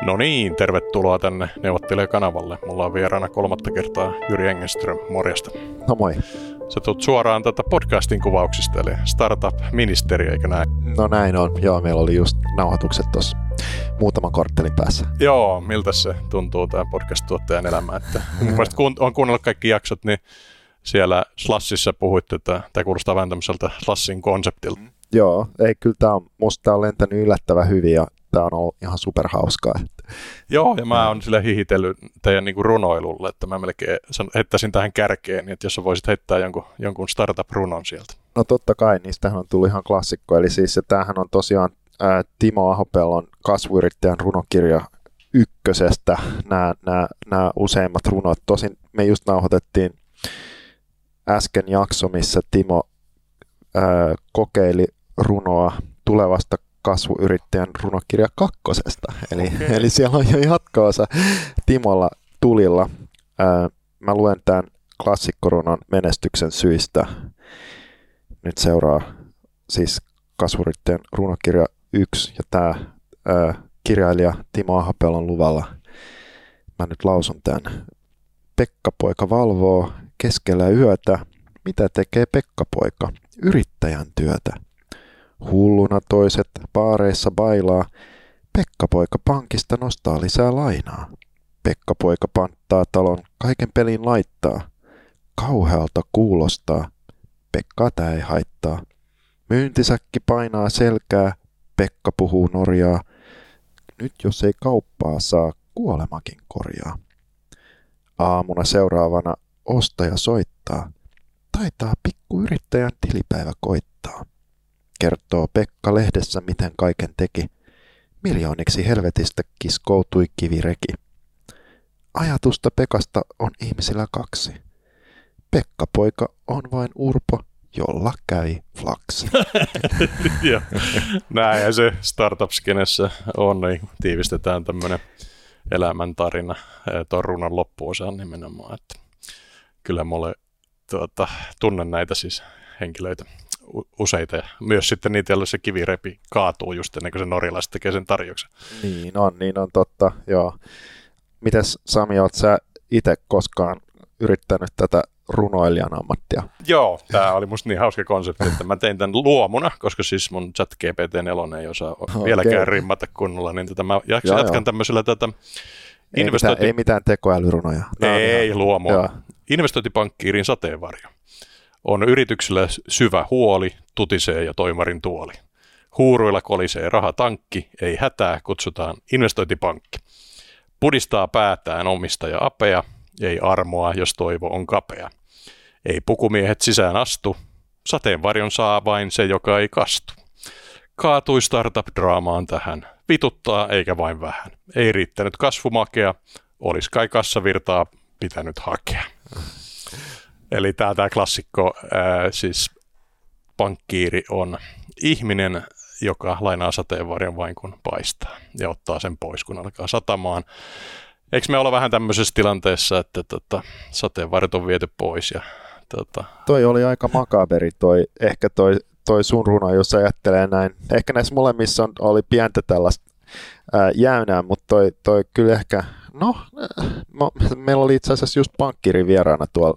No niin, tervetuloa tänne Neuvottelijakanavalle. Mulla on vieraana 3. kertaa Jyri Engelström. Morjesta. No moi. Sä tulet suoraan tätä podcastin kuvauksista, eli Startup-ministeri, eikö näin? No näin on. Joo, meillä oli just nauhoitukset tuossa muutaman korttelin päässä. Joo, miltä se tuntuu tämä podcast-tuottajan elämä? Että mun mielestä kun on kuunnellut kaikki jaksot, niin siellä Slashissa puhuitte, että tämä kuulostaa vähän tämmöiseltä Slashin konseptilta. Joo, ei kyllä musta on lentänyt yllättävän hyvin ja tämä on ollut ihan superhauskaa. Joo, ja mä oon sille hihitellyt teidän niinku runoilulle, että mä melkein heittäisin tähän kärkeen, niin että jos sä voisit heittää jonkun startup-runon sieltä. No totta kai, niistähän on tullut ihan klassikko. Eli siis tämähän on tosiaan Timo Ahopellon kasvuyrittäjän runokirja ykkösestä nämä useimmat runot. Tosin me just nauhoitettiin äsken jakso, missä Timo kokeili runoa tulevasta kasvuyrittäjän runokirja kakkosesta. Eli siellä on jo jatko-osa Timolla tulilla. Mä luen tämän klassikkorunon menestyksen syistä. Nyt seuraa siis kasvuyrittäjän runokirja 1 ja tämä kirjailija Timo Ahopellon luvalla. Mä nyt lausun tämän. Pekka-poika valvoo keskellä yötä. Mitä tekee Pekka-poika? Yrittäjän työtä. Hulluna toiset baareissa bailaa. Pekka-poika pankista nostaa lisää lainaa. Pekka-poika panttaa talon, kaiken pelin laittaa. Kauhealta kuulostaa. Pekkaa tää ei haittaa. Myyntisäkki painaa selkää. Pekka puhuu norjaa. Nyt jos ei kauppaa saa, kuolemakin korjaa. Aamuna seuraavana ostaja soittaa. Taitaa pikkuyrittäjän tilipäivä koittaa. Kertoo Pekka lehdessä, miten kaiken teki. Miljooniksi helvetistä kiskoutui kivireki. Ajatusta Pekasta on ihmisillä 2. Pekka-poika on vain urpo, jolla käy flaksi. Näin se startup-skenessä on, niin tiivistetään tämmöinen elämäntarina tuon runon loppuosaan nimenomaan. Että kyllä mulle tunnen näitä siis henkilöitä useita ja myös sitten niitä, joilla se kivirepi kaatuu just ennen kuin se norjalaiset tekee sen tarjouksen. Niin on totta, joo. Mites Sami, oot sä itse koskaan yrittänyt tätä runoilijan ammattia? Joo, tämä oli musta niin hauska konsepti, että mä tein tämän luomuna, koska siis mun ChatGPT-4 ei osaa vieläkään rimmata kunnolla, niin mä jatkan tämmöisellä ei mitään tekoälyrunoja. Ei luomua. Joo. Investointipankkiirin sateenvarjo. On yrityksillä syvä huoli, tutisee ja toimarin tuoli. Huuruilla kolisee rahatankki, ei hätää, kutsutaan investointipankki. Pudistaa päätään omistaja apea, ei armoa, jos toivo on kapea. Ei pukumiehet sisään astu, sateenvarjon saa vain se, joka ei kastu. Kaatui startup-draamaan tähän, vituttaa eikä vain vähän. Ei riittänyt kasvumakea, olis kai kassavirtaa pitänyt hakea. Eli tämä klassikko, siis pankkiiri on ihminen, joka lainaa sateenvarjon vain kun paistaa ja ottaa sen pois, kun alkaa satamaan. Eikö me olla vähän tämmöisessä tilanteessa, että sateenvarjot on viety pois? Ja, Toi oli aika makaberi, toi sun runo, jos ajattelee näin. Ehkä näissä molemmissa oli pientä tällaista jäynää, mutta toi kyllä ehkä, meillä oli itse asiassa just pankkiirin vieraana tuolla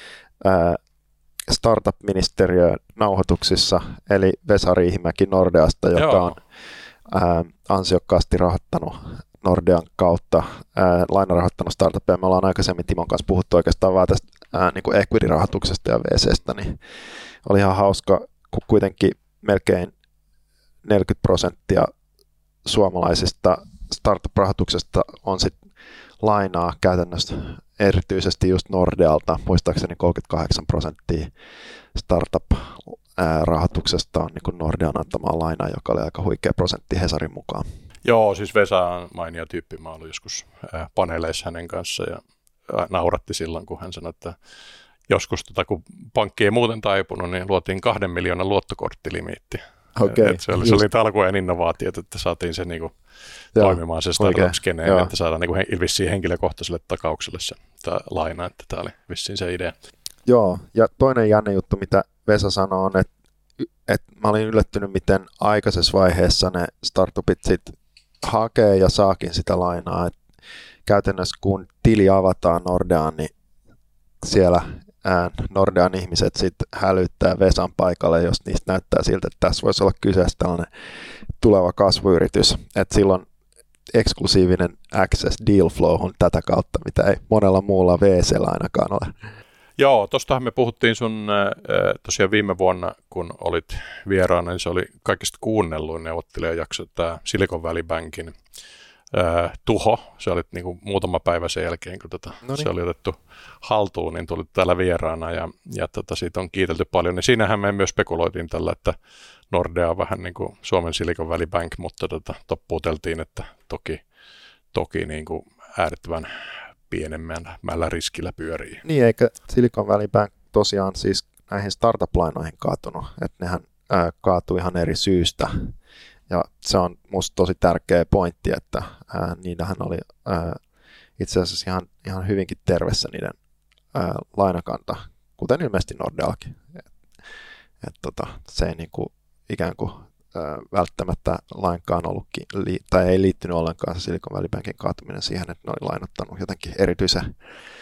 Startup-ministeriön nauhoituksissa, eli Vesa Riihimäki Nordeasta, joka on ansiokkaasti rahoittanut Nordean kautta, lainarahoittanut startupia. Me ollaan aikaisemmin Timon kanssa puhuttu oikeastaan vaan tästä niin equity-rahoituksesta ja VCstä, niin oli ihan hauska, kun kuitenkin melkein 40% suomalaisista startup-rahoituksesta on sitten lainaa käytännössä erityisesti just Nordealta, muistaakseni 38% startup-rahoituksesta on niin Nordean antamaa lainaa, joka oli aika huikea prosentti Hesarin mukaan. Joo, siis Vesa on mainio tyyppi. Mä olin joskus paneeleissa hänen kanssa ja nauratti silloin, kun hän sanoi, että joskus kun pankki ei muuten taipunut, niin luotiin 2 miljoonan luottokorttilimiitti. Okay, se oli alkujen innovaatiot, että saatiin se niinku toimimaan se startup-skeneen, että saadaan niinku vissiin henkilökohtaiselle takaukselle se laina, että tämä oli vissiin se idea. Joo, ja toinen jännä juttu, mitä Vesa sanoo, on, että mä olin yllättynyt, miten aikaisessa vaiheessa ne startupit sit hakee ja saakin sitä lainaa. Et käytännössä kun tili avataan Nordeaan, niin siellä Nordean ihmiset sitten hälyttää Vesan paikalle, jos niistä näyttää siltä, että tässä voisi olla kyseessä tällainen tuleva kasvuyritys. Että silloin eksklusiivinen access deal flowhun tätä kautta, mitä ei monella muulla VC:llä ainakaan ole. Joo, tostahan me puhuttiin sun tosiaan viime vuonna, kun olit vieraana, niin se oli kaikista kuunnelluin neuvottelijajakso, tämä Silicon Valley Bankin tuho. Se oli niin kuin muutama päivä sen jälkeen, kun se oli otettu haltuun, niin tulit täällä vieraana ja siitä on kiitelty paljon. Niin siinähän me myös spekuloitiin tällä, että Nordea on vähän niin kuin Suomen Silicon Valley Bank, mutta toppuuteltiin, että toki niin kuin äärettömän pienemmällä riskillä pyörii. Niin, eikä Silicon Valley Bank tosiaan siis näihin startup-lainoihin kaatunut, että nehän kaatui ihan eri syystä. Ja se on musta tosi tärkeä pointti, että niillähän oli itse asiassa ihan hyvinkin terveessä niiden lainakanta, kuten ilmeisesti Nordeallakin. Se ei niinku ikään kuin välttämättä lainkaan ollutkin, tai ei liittynyt ollenkaan se Silicon Valley Bankin kaatuminen siihen, että ne oli lainottanut jotenkin erityisen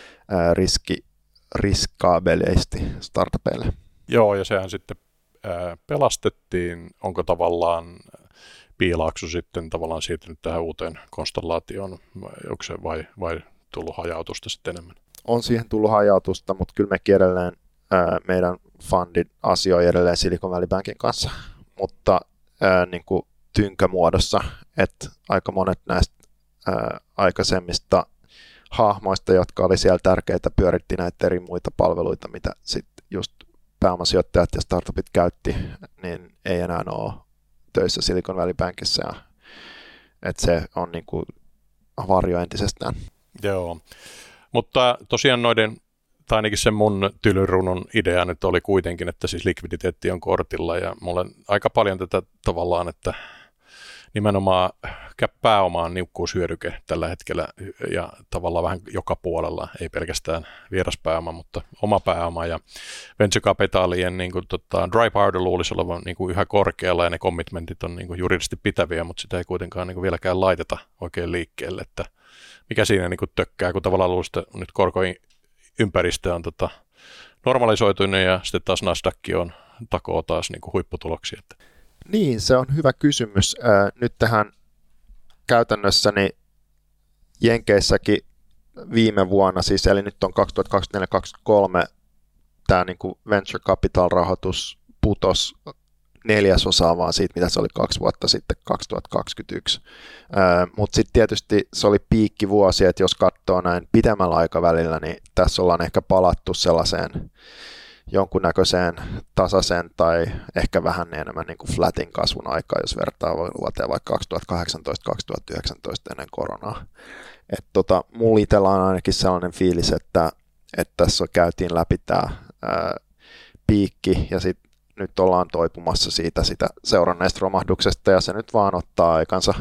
riskaabeleisesti startupeille. Joo, ja sehän sitten pelastettiin. Onko tavallaan Piilaakso sitten tavallaan siirtynyt tähän uuteen konstellaatioon, onko se vai tullut hajautusta sitten enemmän? On siihen tullut hajautusta, mutta kyllä mekin edelleen meidän fundit asioi edelleen Silicon Valley Bankin kanssa, mutta niin kuin tynkämuodossa, että aika monet näistä aikaisemmista hahmoista, jotka oli siellä tärkeitä, pyöritti näitä eri muita palveluita, mitä sitten just pääomasijoittajat ja startupit käytti, niin ei enää ole töissä Silicon Valley Bankissa. Että se on niin kuin varjo entisestään. Joo, mutta tosiaan tai ainakin se mun tylyrunun idea nyt oli kuitenkin, että siis likviditeetti on kortilla ja mulla on aika paljon tätä tavallaan, että nimenomaan pääoma on niukkuushyödyke tällä hetkellä ja tavallaan vähän joka puolella, ei pelkästään vieraspääoma, mutta oma pääoma ja venture capitalien niin kuin, dry powder luulisi olevan niin kuin yhä korkealla ja ne commitmentit on niin kuin juridisesti pitäviä, mutta sitä ei kuitenkaan niin kuin vieläkään laiteta oikein liikkeelle, että mikä siinä niin kuin tökkää, kun tavallaan luulisi, että nyt korkoympäristö on normalisoitunut ja sitten taas Nasdaq takoo taas niin kuin huipputuloksia. Niin, se on hyvä kysymys. Nyt tähän käytännössä niin Jenkeissäkin viime vuonna, siis eli nyt on 2024-2023, tämä niin kuin venture capital rahoitus putosi 1/4 vaan siitä, mitä se oli 2 vuotta sitten, 2021. Mutta sitten tietysti se oli piikkivuosi, että jos katsoo näin pitemmällä aikavälillä, niin tässä ollaan ehkä palattu sellaiseen jonkunnäköiseen tasaisen tai ehkä vähän enemmän niin kuin flatin kasvun aikaa, jos vertaa vuoteen vaikka 2018-2019 ennen koronaa. Mulla itsellä on ainakin sellainen fiilis, että tässä käytiin läpi tämä piikki ja sitten nyt ollaan toipumassa sitä seuranneesta romahduksesta ja se nyt vaan ottaa aikansa.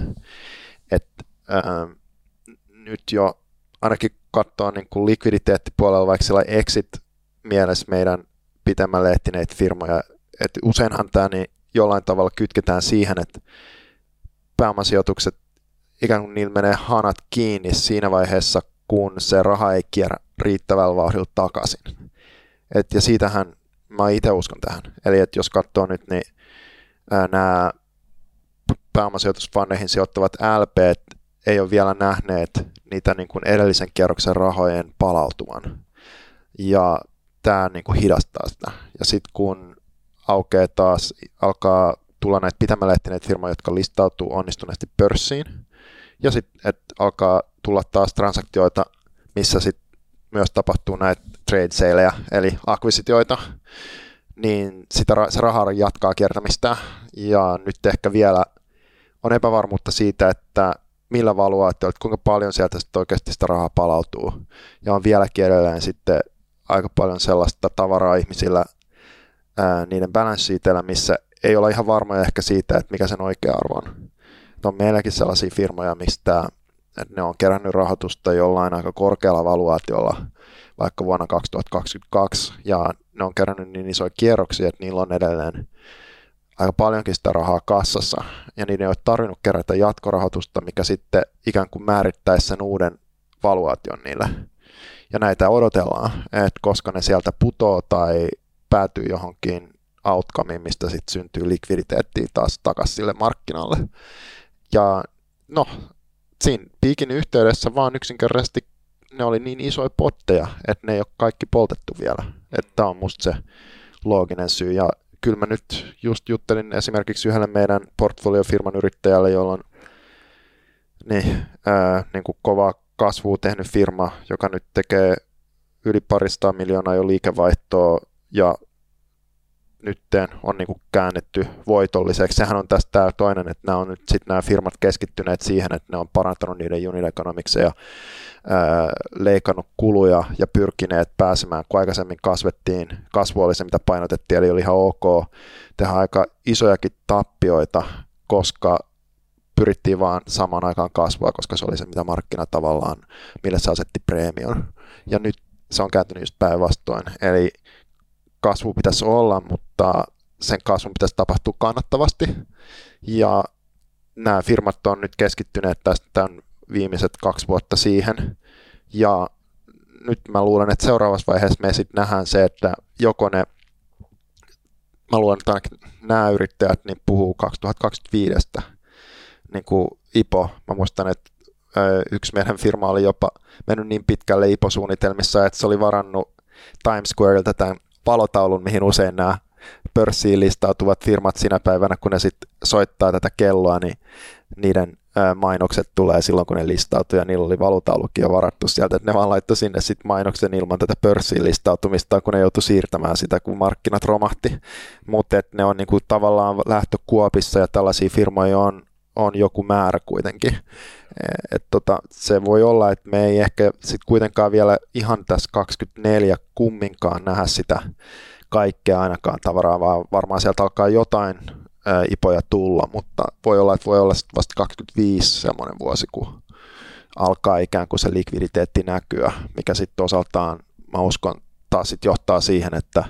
Nyt jo ainakin katsoa niin kuin likviditeettipuolella vaikka sellainen exit mielessä meidän pitemmälle ehtineitä firmoja, että useinhan tämä niin jollain tavalla kytketään siihen, että pääomasijoitukset ikään kuin niillä menee hanat kiinni siinä vaiheessa, kun se raha ei kierrä riittävällä vauhdilla takaisin. Ja siitähän mä itse uskon tähän. Eli että jos katsoo nyt, niin nämä pääomasijoitusfandeihin sijoittavat LP:t ei ole vielä nähneet niitä niin kuin edellisen kierroksen rahojen palautuman. Ja tämä niin kuin hidastaa sitä. Ja sitten kun alkaa tulla näitä pitämällä ehtineitä firmoja, jotka listautuu onnistuneesti pörssiin, ja sitten alkaa tulla taas transaktioita, missä sitten myös tapahtuu näitä trade saleja, eli akvisitioita, niin se raha jatkaa kiertämistä, ja nyt ehkä vielä on epävarmuutta siitä, että millä valuaatioilla, kuinka paljon sieltä sitten oikeasti sitä rahaa palautuu, ja on vieläkin edelleen sitten aika paljon sellaista tavaraa ihmisillä niiden balance sheetillä, missä ei olla ihan varmoja ehkä siitä, että mikä sen oikea arvo on. On meilläkin sellaisia firmoja, mistä että ne on kerännyt rahoitusta jollain aika korkealla valuaatiolla vaikka vuonna 2022, ja ne on kerännyt niin isoja kierroksia, että niillä on edelleen aika paljonkin sitä rahaa kassassa, ja niiden ei ole tarvinnut kerätä jatkorahoitusta, mikä sitten ikään kuin määrittäisi sen uuden valuaation niille. Ja näitä odotellaan, että koska ne sieltä putoo tai päätyy johonkin outcomeen, mistä sitten syntyy likviditeettiä taas takaisin sille markkinalle. Ja no, siinä piikin yhteydessä vaan yksinkertaisesti ne oli niin isoja potteja, että ne ei ole kaikki poltettu vielä. Tämä on musta se looginen syy. Ja kyllä mä nyt just juttelin esimerkiksi yhdelle meidän portfoliofirman yrittäjälle, jolla on niin kuin kovaa kasvua tehnyt firma, joka nyt tekee yli 200 miljoonaa jo liikevaihtoa ja nyt on niin kuin käännetty voitolliseksi. Sehän on tästä tämä toinen, että nämä on nyt sitten nämä firmat keskittyneet siihen, että ne on parantanut niiden unit economicsia ja leikannut kuluja ja pyrkineet pääsemään, kun aikaisemmin kasvu oli se, mitä painotettiin, eli oli ihan ok tehdä aika isojakin tappioita, koska pyrittiin vaan samaan aikaan kasvua, koska se oli se, mitä markkina tavallaan, mille se asetti preemion. Ja nyt se on kääntynyt just päinvastoin. Eli kasvu pitäisi olla, mutta sen kasvun pitäisi tapahtua kannattavasti. Ja nämä firmat on nyt keskittyneet tästä tämän viimeiset 2 vuotta siihen. Ja nyt mä luulen, että seuraavassa vaiheessa me sitten nähdään se, että joko ne, mä luulen, että ainakin nämä yrittäjät niin puhuu 2025. Niin kuin IPO. Mä muistan, että yksi meidän firma oli jopa mennyt niin pitkälle IPO-suunnitelmissa, että se oli varannut Times Squarelta tämän valotaulun, mihin usein nämä pörssiin listautuvat firmat sinä päivänä, kun ne sitten soittaa tätä kelloa, niin niiden mainokset tulee silloin, kun ne listautuu, ja niillä oli valotaulukin jo varattu sieltä, että ne vaan laittoi sinne sitten mainoksen ilman tätä pörssiin listautumista, kun ne joutui siirtämään sitä, kun markkinat romahti. Mutta ne on niinku tavallaan lähtökuopissa, ja tällaisia firmoja on joku määrä kuitenkin. Se voi olla, että me ei ehkä sit kuitenkaan vielä ihan tässä 24 kumminkaan nähdä sitä kaikkea ainakaan tavaraa, vaan varmaan sieltä alkaa jotain ipoja tulla, mutta voi olla, että voi olla sit vasta 25 semmoinen vuosi, kun alkaa ikään kuin se likviditeetti näkyä, mikä sitten osaltaan, mä uskon, taas sit johtaa siihen, että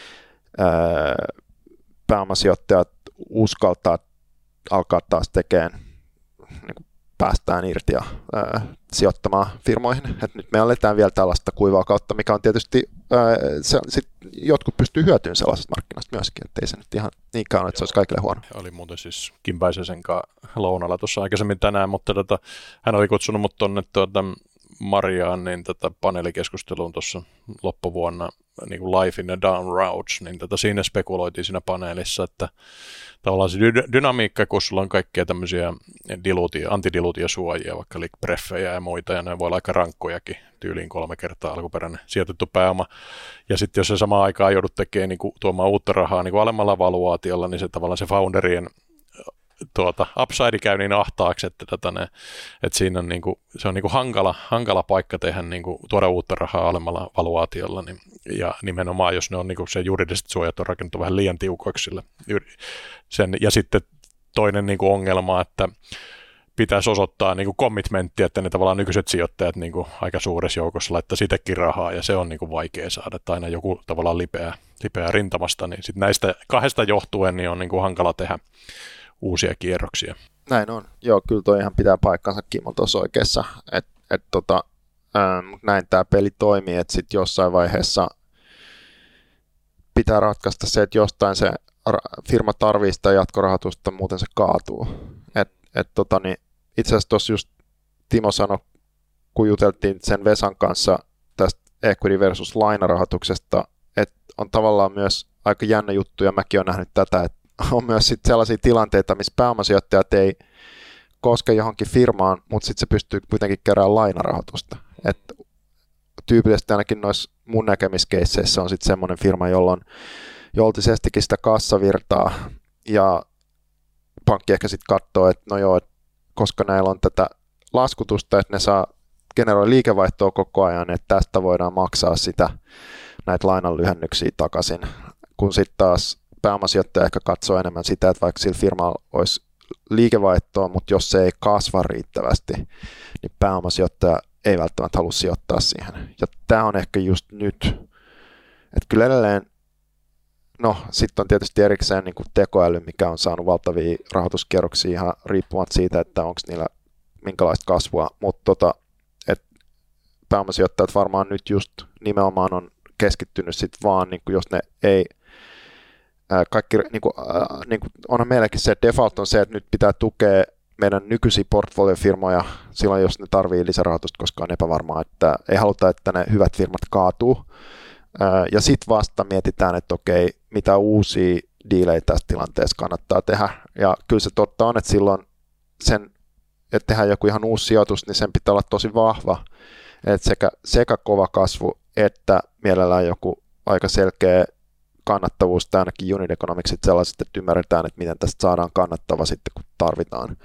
pääomasijoittajat uskaltaa alkaa taas tekemään, niin päästään irti ja sijoittamaan firmoihin. Et nyt me eletään vielä tällaista kuivaa kautta, mikä on tietysti, jotkut pystyy hyötymään sellaisesta markkinasta myöskin, ettei se nyt ihan niinkään ole, että se olisi kaikille huono. Oli muuten siis Kim Päisäsen kanssa lounalla tuossa aikaisemmin tänään, mutta hän oli kutsunut mut tuonne Mariaan niin paneelikeskusteluun tuossa loppuvuonna niin kuin Life in a Down Routes, niin siinä spekuloitiin siinä paneelissa, että tavallaan se dynamiikka, kun sulla on kaikkea tämmöisiä antidiluutiosuojia, vaikka preffejä ja muita, ja ne voi olla aika rankkojakin, tyyliin 3 kertaa alkuperäinen sijoitettu pääoma, ja sitten jos se samaan aikaan joudut tekemään niin kuin, tuomaan uutta rahaa niin kuin alemmalla valuaatiolla, niin se tavallaan se founderien upside käy niin ahtaaksi, että siinä on niinku, se on niinku hankala paikka tehdä niinku, tuoda uutta rahaa alemmalla valuaatiolla, niin, ja nimenomaan jos ne on niinku, se juridiset suojat on rakennettu vähän liian tiukoiksi sille. Ja sitten toinen niinku, ongelma, että pitäisi osoittaa niinku, commitmenttia, että ne tavallaan nykyiset sijoittajat niinku, aika suuressa joukossa laittaa sitäkin rahaa, ja se on niinku, vaikea saada, että aina joku tavallaan lipeää rintamasta, niin sitten näistä 2 johtuen niin on niinku, hankala tehdä uusia kierroksia. Näin on. Joo, kyllä toi ihan pitää paikkansa Kimmo tuossa oikeassa. Näin tämä peli toimii, että sitten jossain vaiheessa pitää ratkaista se, että jostain se firma tarvitsee sitä jatkorahoitusta, muuten se kaatuu. Itse asiassa tuossa just Timo sanoi, kun juteltiin sen Vesan kanssa tästä equity versus lainarahoituksesta, että on tavallaan myös aika jännä juttu, ja mäkin olen nähnyt tätä, että on myös sit sellaisia tilanteita, missä pääomasijoittajat ei koske johonkin firmaan, mutta sitten se pystyy kuitenkin keräämään lainarahoitusta. Et tyypillisesti ainakin noissa mun näkemiskeisseissä on sitten semmoinen firma, jolla on joltisestikin sitä kassavirtaa, ja pankki ehkä sitten katsoo, että no joo, koska näillä on tätä laskutusta, että ne saa generoida liikevaihtoa koko ajan, että tästä voidaan maksaa sitä näitä lainanlyhennyksiä takaisin, kun sitten taas pääomasijoittaja ehkä katsoo enemmän sitä, että vaikka sillä firmalla olisi liikevaihtoa, mutta jos se ei kasva riittävästi, niin pääomasijoittaja ei välttämättä halua sijoittaa siihen. Ja tämä on ehkä just nyt, että kyllä edelleen no sitten on tietysti erikseen niin kuin tekoäly, mikä on saanut valtavia rahoituskierroksia ihan riippumatta siitä, että onko niillä minkälaista kasvua, mutta pääomasijoittajat varmaan nyt just nimenomaan on keskittynyt sit vaan, niin kuin jos ne ei kaikki, niin kuin onhan meilläkin se, että default on se, että nyt pitää tukea meidän nykyisiä portfoliofirmoja silloin, jos ne tarvii lisärahoitusta, koska on epävarmaa, että ei haluta, että ne hyvät firmat kaatuu. Ja sitten vasta mietitään, että okei, mitä uusia diilejä tässä tilanteessa kannattaa tehdä. Ja kyllä se totta on, että silloin sen, että tehdään joku ihan uusi sijoitus, niin sen pitää olla tosi vahva. Että sekä kova kasvu, että mielellään joku aika selkeä kannattavuus, tai ainakin unit economicsit sellaiset, että ymmärretään, että miten tästä saadaan kannattava sitten, kun tarvitaan.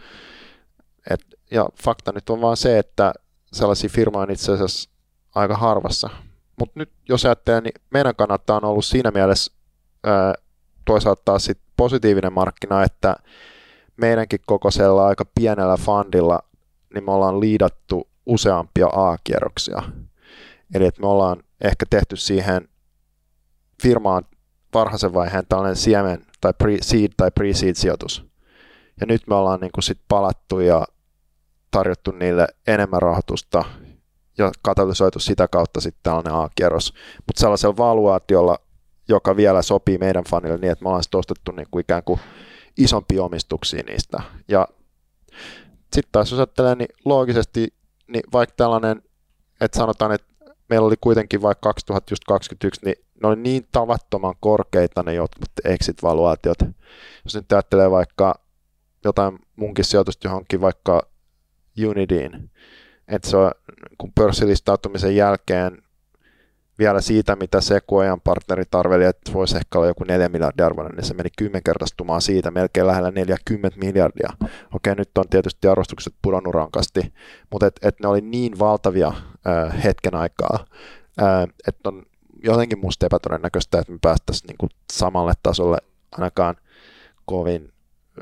Ja fakta nyt on vaan se, että sellaisia firmoja on itse asiassa aika harvassa. Mutta nyt jos ajattelee, niin meidän kannattaa on ollut siinä mielessä toisaalta taas sit positiivinen markkina, että meidänkin kokoisella aika pienellä fundilla, niin me ollaan liidattu useampia A-kierroksia. Eli että me ollaan ehkä tehty siihen firmaan varhaisen vaiheen tällainen siemen tai seed tai pre-seed sijoitus. Ja nyt me ollaan niin kuin sit palattu ja tarjottu niille enemmän rahoitusta ja katalysoitu sitä kautta sitten tällainen A-kierros. Mutta sellaisella valuaatiolla, joka vielä sopii meidän fanille niin, että me ollaan sitten ostettu niin kuin ikään kuin isompia omistuksia niistä. Ja sitten taas jos ajattelee, niin loogisesti, niin vaikka tällainen, että sanotaan, että meillä oli kuitenkin vaikka 2021, niin ne oli niin tavattoman korkeita ne jotkut exit-valuaatiot. Jos nyt ajattelee vaikka jotain munkin sijoitusta johonkin vaikka Unityin, että se on kun pörssilistautumisen jälkeen vielä siitä, mitä Sequoian partnerit arveli, että voisi ehkä olla joku 4 miljardia arvoinen, niin se meni 10-kertaistumaan siitä, melkein lähellä 40 miljardia. Okei, nyt on tietysti arvostukset pudonnut rankasti, mutta ne oli niin valtavia hetken aikaa, että on jotenkin musta epätodennäköistä, että me päästäisiin niinku samalle tasolle ainakaan kovin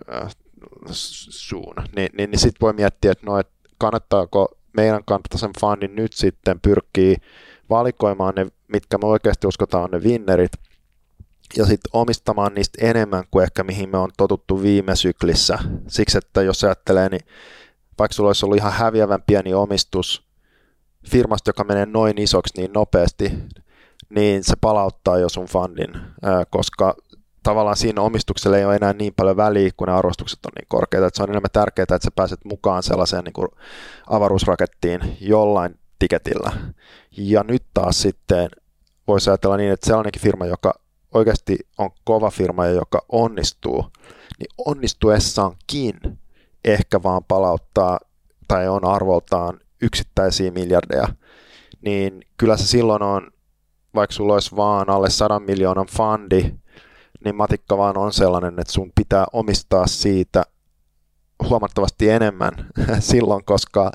suun. Niin sitten voi miettiä, että no, et kannattaako meidän kaltaisen fundin nyt sitten pyrkii valikoimaan ne, mitkä me oikeasti uskotaan on ne winnerit, ja sitten omistamaan niistä enemmän kuin ehkä mihin me on totuttu viime syklissä. Siksi, että jos ajattelee, niin vaikka sulla olisi ollut ihan häviävän pieni omistus firmasta, joka menee noin isoksi niin nopeasti, niin se palauttaa jo sun fundin, koska tavallaan siinä omistuksella ei ole enää niin paljon väliä, kun ne arvostukset on niin korkeita. Että se on enemmän tärkeää, että sä pääset mukaan sellaiseen niin kuin avaruusrakettiin jollain tiketillä. Ja nyt taas sitten voisi ajatella niin, että sellainenkin firma, joka oikeasti on kova firma ja joka onnistuu, niin onnistuessaankin ehkä vaan palauttaa tai on arvoltaan yksittäisiä miljardeja, niin kyllä se silloin on, vaikka sulla olisi vaan alle 100 miljoonan fundi, niin matikka vaan on sellainen, että sun pitää omistaa siitä huomattavasti enemmän silloin, koska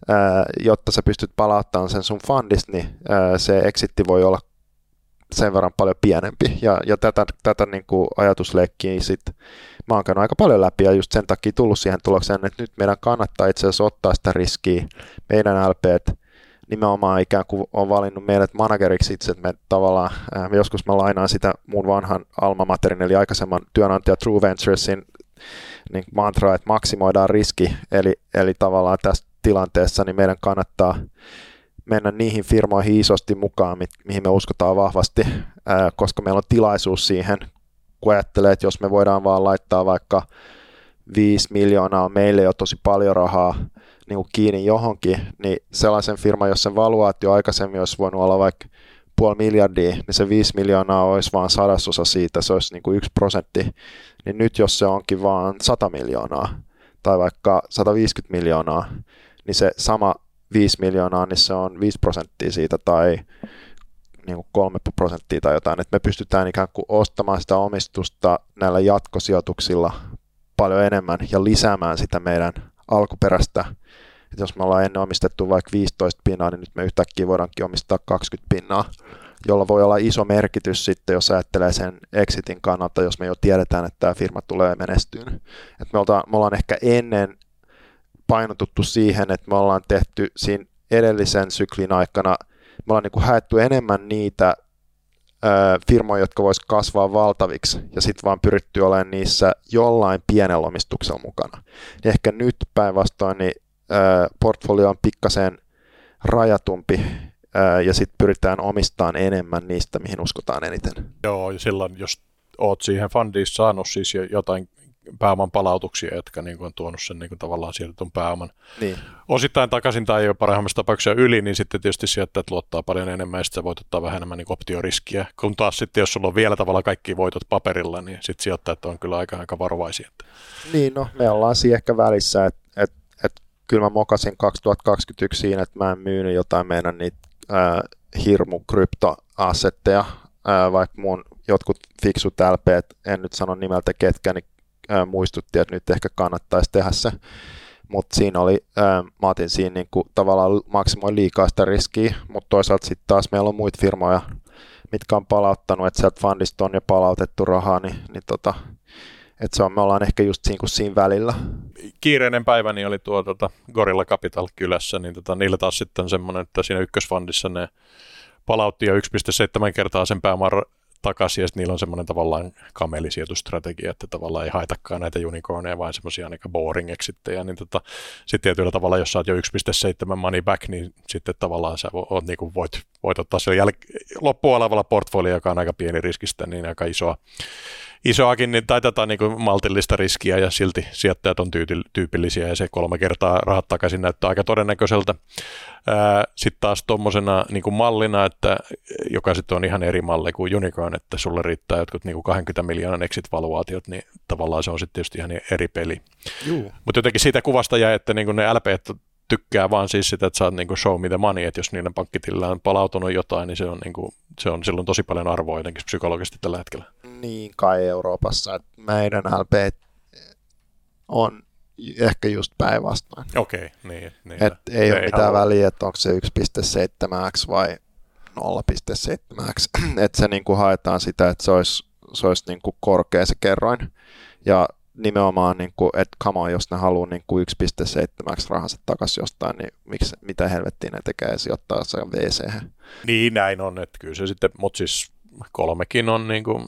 jotta sä pystyt palauttamaan sen sun fundista, niin se exitti voi olla sen verran paljon pienempi. Ja tätä niin kuin ajatusleikkiä sitten mä oon käynyt aika paljon läpi ja just sen takia tullut siihen tulokseen, että nyt meidän kannattaa itse asiassa ottaa sitä riskiä. Meidän LP:t nimenomaan ikään kuin on valinnut meidät manageriksi itse, että me tavallaan, joskus mä lainaan sitä mun vanhan alma materin, eli aikaisemman työnantaja True Venturesin niin mantra, että maksimoidaan riski, eli tavallaan tässä tilanteessa niin meidän kannattaa mennä niihin firmoihin isosti mukaan, mihin me uskotaan vahvasti, koska meillä on tilaisuus siihen, kun ajattelee, että jos me voidaan vaan laittaa vaikka 5 miljoonaa meille jo tosi paljon rahaa niin kuin kiinni johonkin, niin sellaisen firman, jos sen valuaatio aikaisemmin olisi voinut olla vaikka 500 miljardia, niin se 5 miljoonaa olisi vaan 100% siitä, se olisi niin kuin 1%, niin nyt jos se onkin vaan 100 miljoonaa tai vaikka 150 miljoonaa, niin se sama 5 miljoonaa, niin se on 5% siitä tai niin kuin 3% tai jotain, että me pystytään ikään kuin ostamaan sitä omistusta näillä jatkosijoituksilla paljon enemmän ja lisäämään sitä meidän alkuperäistä. Että jos me ollaan ennen omistettu vaikka 15 pinnaa, niin nyt me yhtäkkiä voidaankin omistaa 20 pinnaa, jolla voi olla iso merkitys sitten, jos ajattelee sen exitin kannalta, jos me jo tiedetään, että tämä firma tulee menestyyn. Että me ollaan ehkä ennen painotuttu siihen, että me ollaan tehty siinä edellisen syklin aikana, me ollaan niin kuin haettu enemmän niitä firmoja, jotka vois kasvaa valtaviksi, ja sitten vaan pyritty olemaan niissä jollain pienellä omistuksella mukana. Niin ehkä nyt päinvastoin niin portfolio on pikkasen rajatumpi, ja sitten pyritään omistamaan enemmän niistä, mihin uskotaan eniten. Joo, ja silloin jos oot siihen fundiin saanut siis jotain pääoman palautuksia, jotka niin kuin on tuonut sen niin kuin tavallaan sijoitetun pääoman niin osittain takaisin tai jo parhaimmassa tapauksessa yli, niin sitten tietysti sijoittajat luottaa paljon enemmän ja sitten sä voit ottaa vähän enemmän niin optioriskiä. Kun taas sitten, jos sulla on vielä tavallaan kaikki voitot paperilla, niin sitten sijoittajat on kyllä aika varovaisia. Niin, no me ollaan siinä ehkä välissä, että kyllä mä mokasin 2021 siinä, että mä en myynyt jotain meidän niitä hirmu kryptoassetteja, vaikka mun jotkut fiksut LP:t, en nyt sano nimeltä ketkä, niin muistutti, että nyt ehkä kannattaisi tehdä se, mutta siinä oli, mä otin siinä niin kuin tavallaan maksimoin liikaa sitä riskiä, mutta toisaalta sitten taas meillä on muita firmoja, mitkä on palauttanut, että sieltä fundista on jo palautettu rahaa, niin että se on, me ollaan ehkä just siinä välillä. Kiireinen päiväni oli tuo Gorilla Capital kylässä, niin niillä taas sitten semmoinen, että siinä ykkösfundissa ne palautti jo 1,7 kertaa sen pääoman takaisin, ja niillä on semmoinen tavallaan kamelisijoitusstrategia, että tavallaan ei haitakaan näitä unicorneja, vaan semmoisia aika boring exitteja, niin sitten tietyllä tavalla, jos sä oot jo 1,7 money back, niin sitten tavallaan sä oot, niin kuin voit ottaa siellä loppuun olevalla portfolio, joka on aika pieni riskistä, niin aika isoakin tai tätä niin kuin maltillista riskiä, ja silti sijoittajat on tyypillisiä, ja se 3 kertaa rahat takaisin näyttää aika todennäköiseltä. Sitten taas tuommoisena niin kuin mallina, joka sitten on ihan eri malli kuin unicorn, että sulle riittää jotkut niin kuin 20 miljoonan exit-valuaatiot, niin tavallaan se on sitten tietysti ihan eri peli. Mutta jotenkin siitä kuvasta jäi, että niin kuin ne LP:t tykkää vaan siis sitä, että saat niin kuin show me the money, että jos niiden pankkitilillä on palautunut jotain, niin se on silloin tosi paljon arvoa jotenkin psykologisesti tällä hetkellä. Niin kai Euroopassa, että meidän LP on ehkä just päinvastoin. Okei, niin. Että ei ole mitään väliä, että onko se 1,7x vai 0,7x. Että se niin kuin haetaan sitä, että se olisi niin kuin korkea se kerroin. Ja nimenomaan, niin kuin, että come on, jos ne haluaa niin kuin 1,7x rahansa takaisin jostain, niin mitä helvettiä ne tekee sijoittaa se VC-hän. Niin, näin on, että kyllä se sitten, mutta siis 3 on niin kuin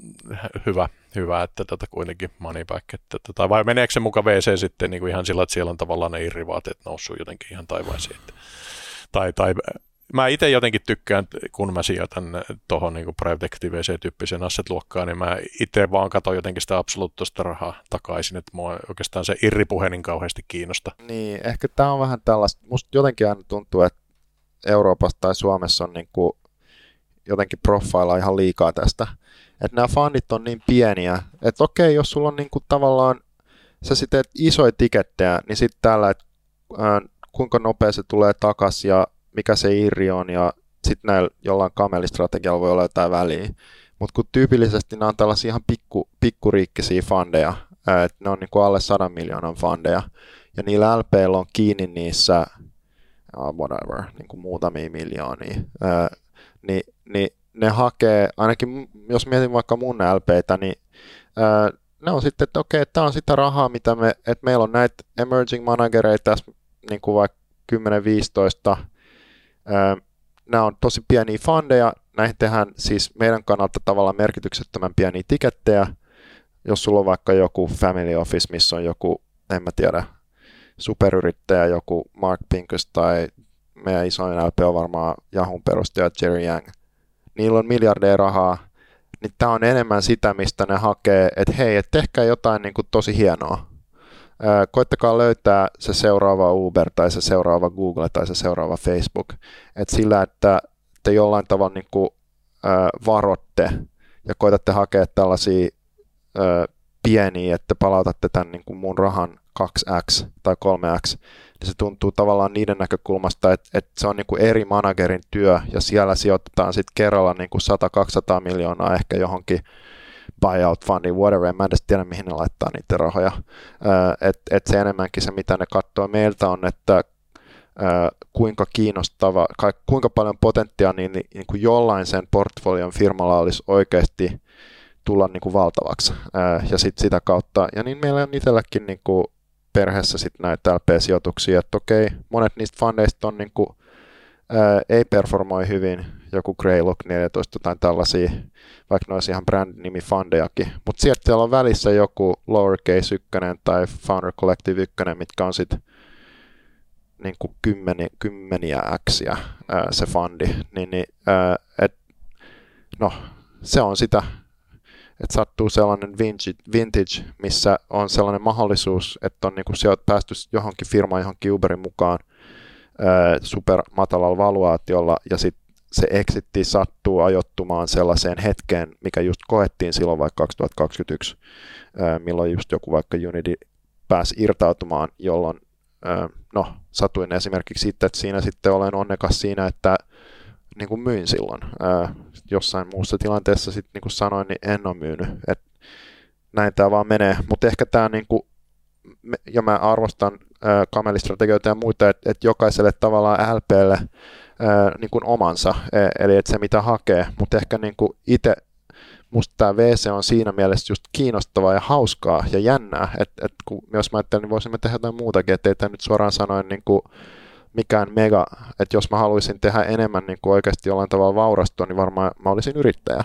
hyvä, että tätä kuitenkin money back, että vai meneekö se muka VC sitten niin kuin ihan sillä, että siellä on tavallaan ne irrivaateet noussut jotenkin ihan taivaisiin, tai mä itse jotenkin tykkään, kun mä sijoitan tuohon niin private equity VC-tyyppiseen asset-luokkaan, niin mä itse vaan katson jotenkin sitä absoluuttista rahaa takaisin, että mua oikeastaan se irripuhe niin kauheasti kiinnosta. Niin, ehkä tämä on vähän tällaista, musta jotenkin aina tuntuu, että Euroopassa tai Suomessa on niin kuin jotenkin profiilla ihan liikaa tästä, että nämä fundit on niin pieniä, että okei, jos sulla on niin kuin tavallaan, sä sitten isoja tikettejä, niin sitten täällä, että kuinka nopea se tulee takaisin ja mikä se irri on, ja sitten näillä jollain kamelistrategialla voi olla jotain väliä. Mutta kun tyypillisesti nämä on tällaisia ihan pikkuriikkisiä fundeja, että ne on niin kuin alle 100 miljoonan fundeja, ja niillä LP:llä on kiinni niissä whatever, niin kuin muutamia miljoonia, niin ne hakee, ainakin jos mietin vaikka mun LP:tä, niin ne on sitten, että okei, tämä on sitä rahaa, että meillä on näitä emerging managereita tässä niin kuin vaikka 10-15, nämä on tosi pieniä fundeja, näihin tehdään siis meidän kannalta tavallaan merkityksettömän pieniä tikettejä, jos sulla on vaikka joku family office, missä on joku, en mä tiedä, superyrittäjä, joku Mark Pincus tai meidän isoin LP on varmaan Yahoo'n perustaja Jerry Yang, niillä on miljardeja rahaa, niin tämä on enemmän sitä, mistä ne hakee, että hei, et tehkää jotain niin kuin tosi hienoa. Koittakaa löytää se seuraava Uber tai se seuraava Google tai se seuraava Facebook. Et sillä, että te jollain tavalla niin kuin, varotte ja koitatte hakea tällaisia pieniä, että palautatte tämän niin kuin mun rahan 2x tai 3x, niin se tuntuu tavallaan niiden näkökulmasta, että se on niin kuin eri managerin työ ja siellä sijoitetaan sitten kerralla niin kuin 100-200 miljoonaa ehkä johonkin buyout fundi, whatever, en mä edes tiedä, mihin ne laittaa niitä rahoja. Et se enemmänkin se, mitä ne katsoo meiltä on, että kuinka kiinnostava, kuinka paljon potentiaalia niin kuin jollain sen portfolion firmalla olisi oikeasti tulla niin kuin valtavaksi. Ja sitten sitä kautta, ja niin meillä on itselläkin niin kuin perheessä sit näitä LP-sijoituksia, että okei, monet niistä fundeista on niin kuin, ei performoi hyvin, joku Greylock 14 tai tällaisia, vaikka ne olisi ihan brändinimifundejakin. Mutta siellä on välissä joku Lowercase 1 tai Founder Collective 1, mitkä on sitten niinku kymmeniä X:iä se fundi. Se on sitä, että sattuu sellainen vintage, missä on sellainen mahdollisuus, että on niinku sieltä päästy johonkin firmaan, johonkin Uberin mukaan super matalalla valuaatiolla, ja sitten se exitti sattuu ajoittumaan sellaiseen hetkeen, mikä just koettiin silloin vaikka 2021, milloin just joku vaikka Unity pääsi irtautumaan, jolloin satuin esimerkiksi sitten, että siinä sitten olen onnekas siinä, että niin kuin myin silloin. Jossain muussa tilanteessa sitten niin kuin sanoin, niin en ole myynyt. Et näin tämä vaan menee, mutta ehkä tämä niin kuin, ja mä arvostan kamelistrategioita ja muita, että jokaiselle tavallaan LPlle niin kuin omansa, eli että se mitä hakee, mutta ehkä niin kuin itse musta tämä VC on siinä mielessä just kiinnostavaa ja hauskaa ja jännää, että jos mä ajattelin, niin voisimme tehdä jotain muutakin, ettei tämä nyt suoraan sanoen niin kuin mikään mega, että jos mä haluaisin tehdä enemmän niin kuin oikeasti jollain tavalla vaurastua, niin varmaan mä olisin yrittäjä.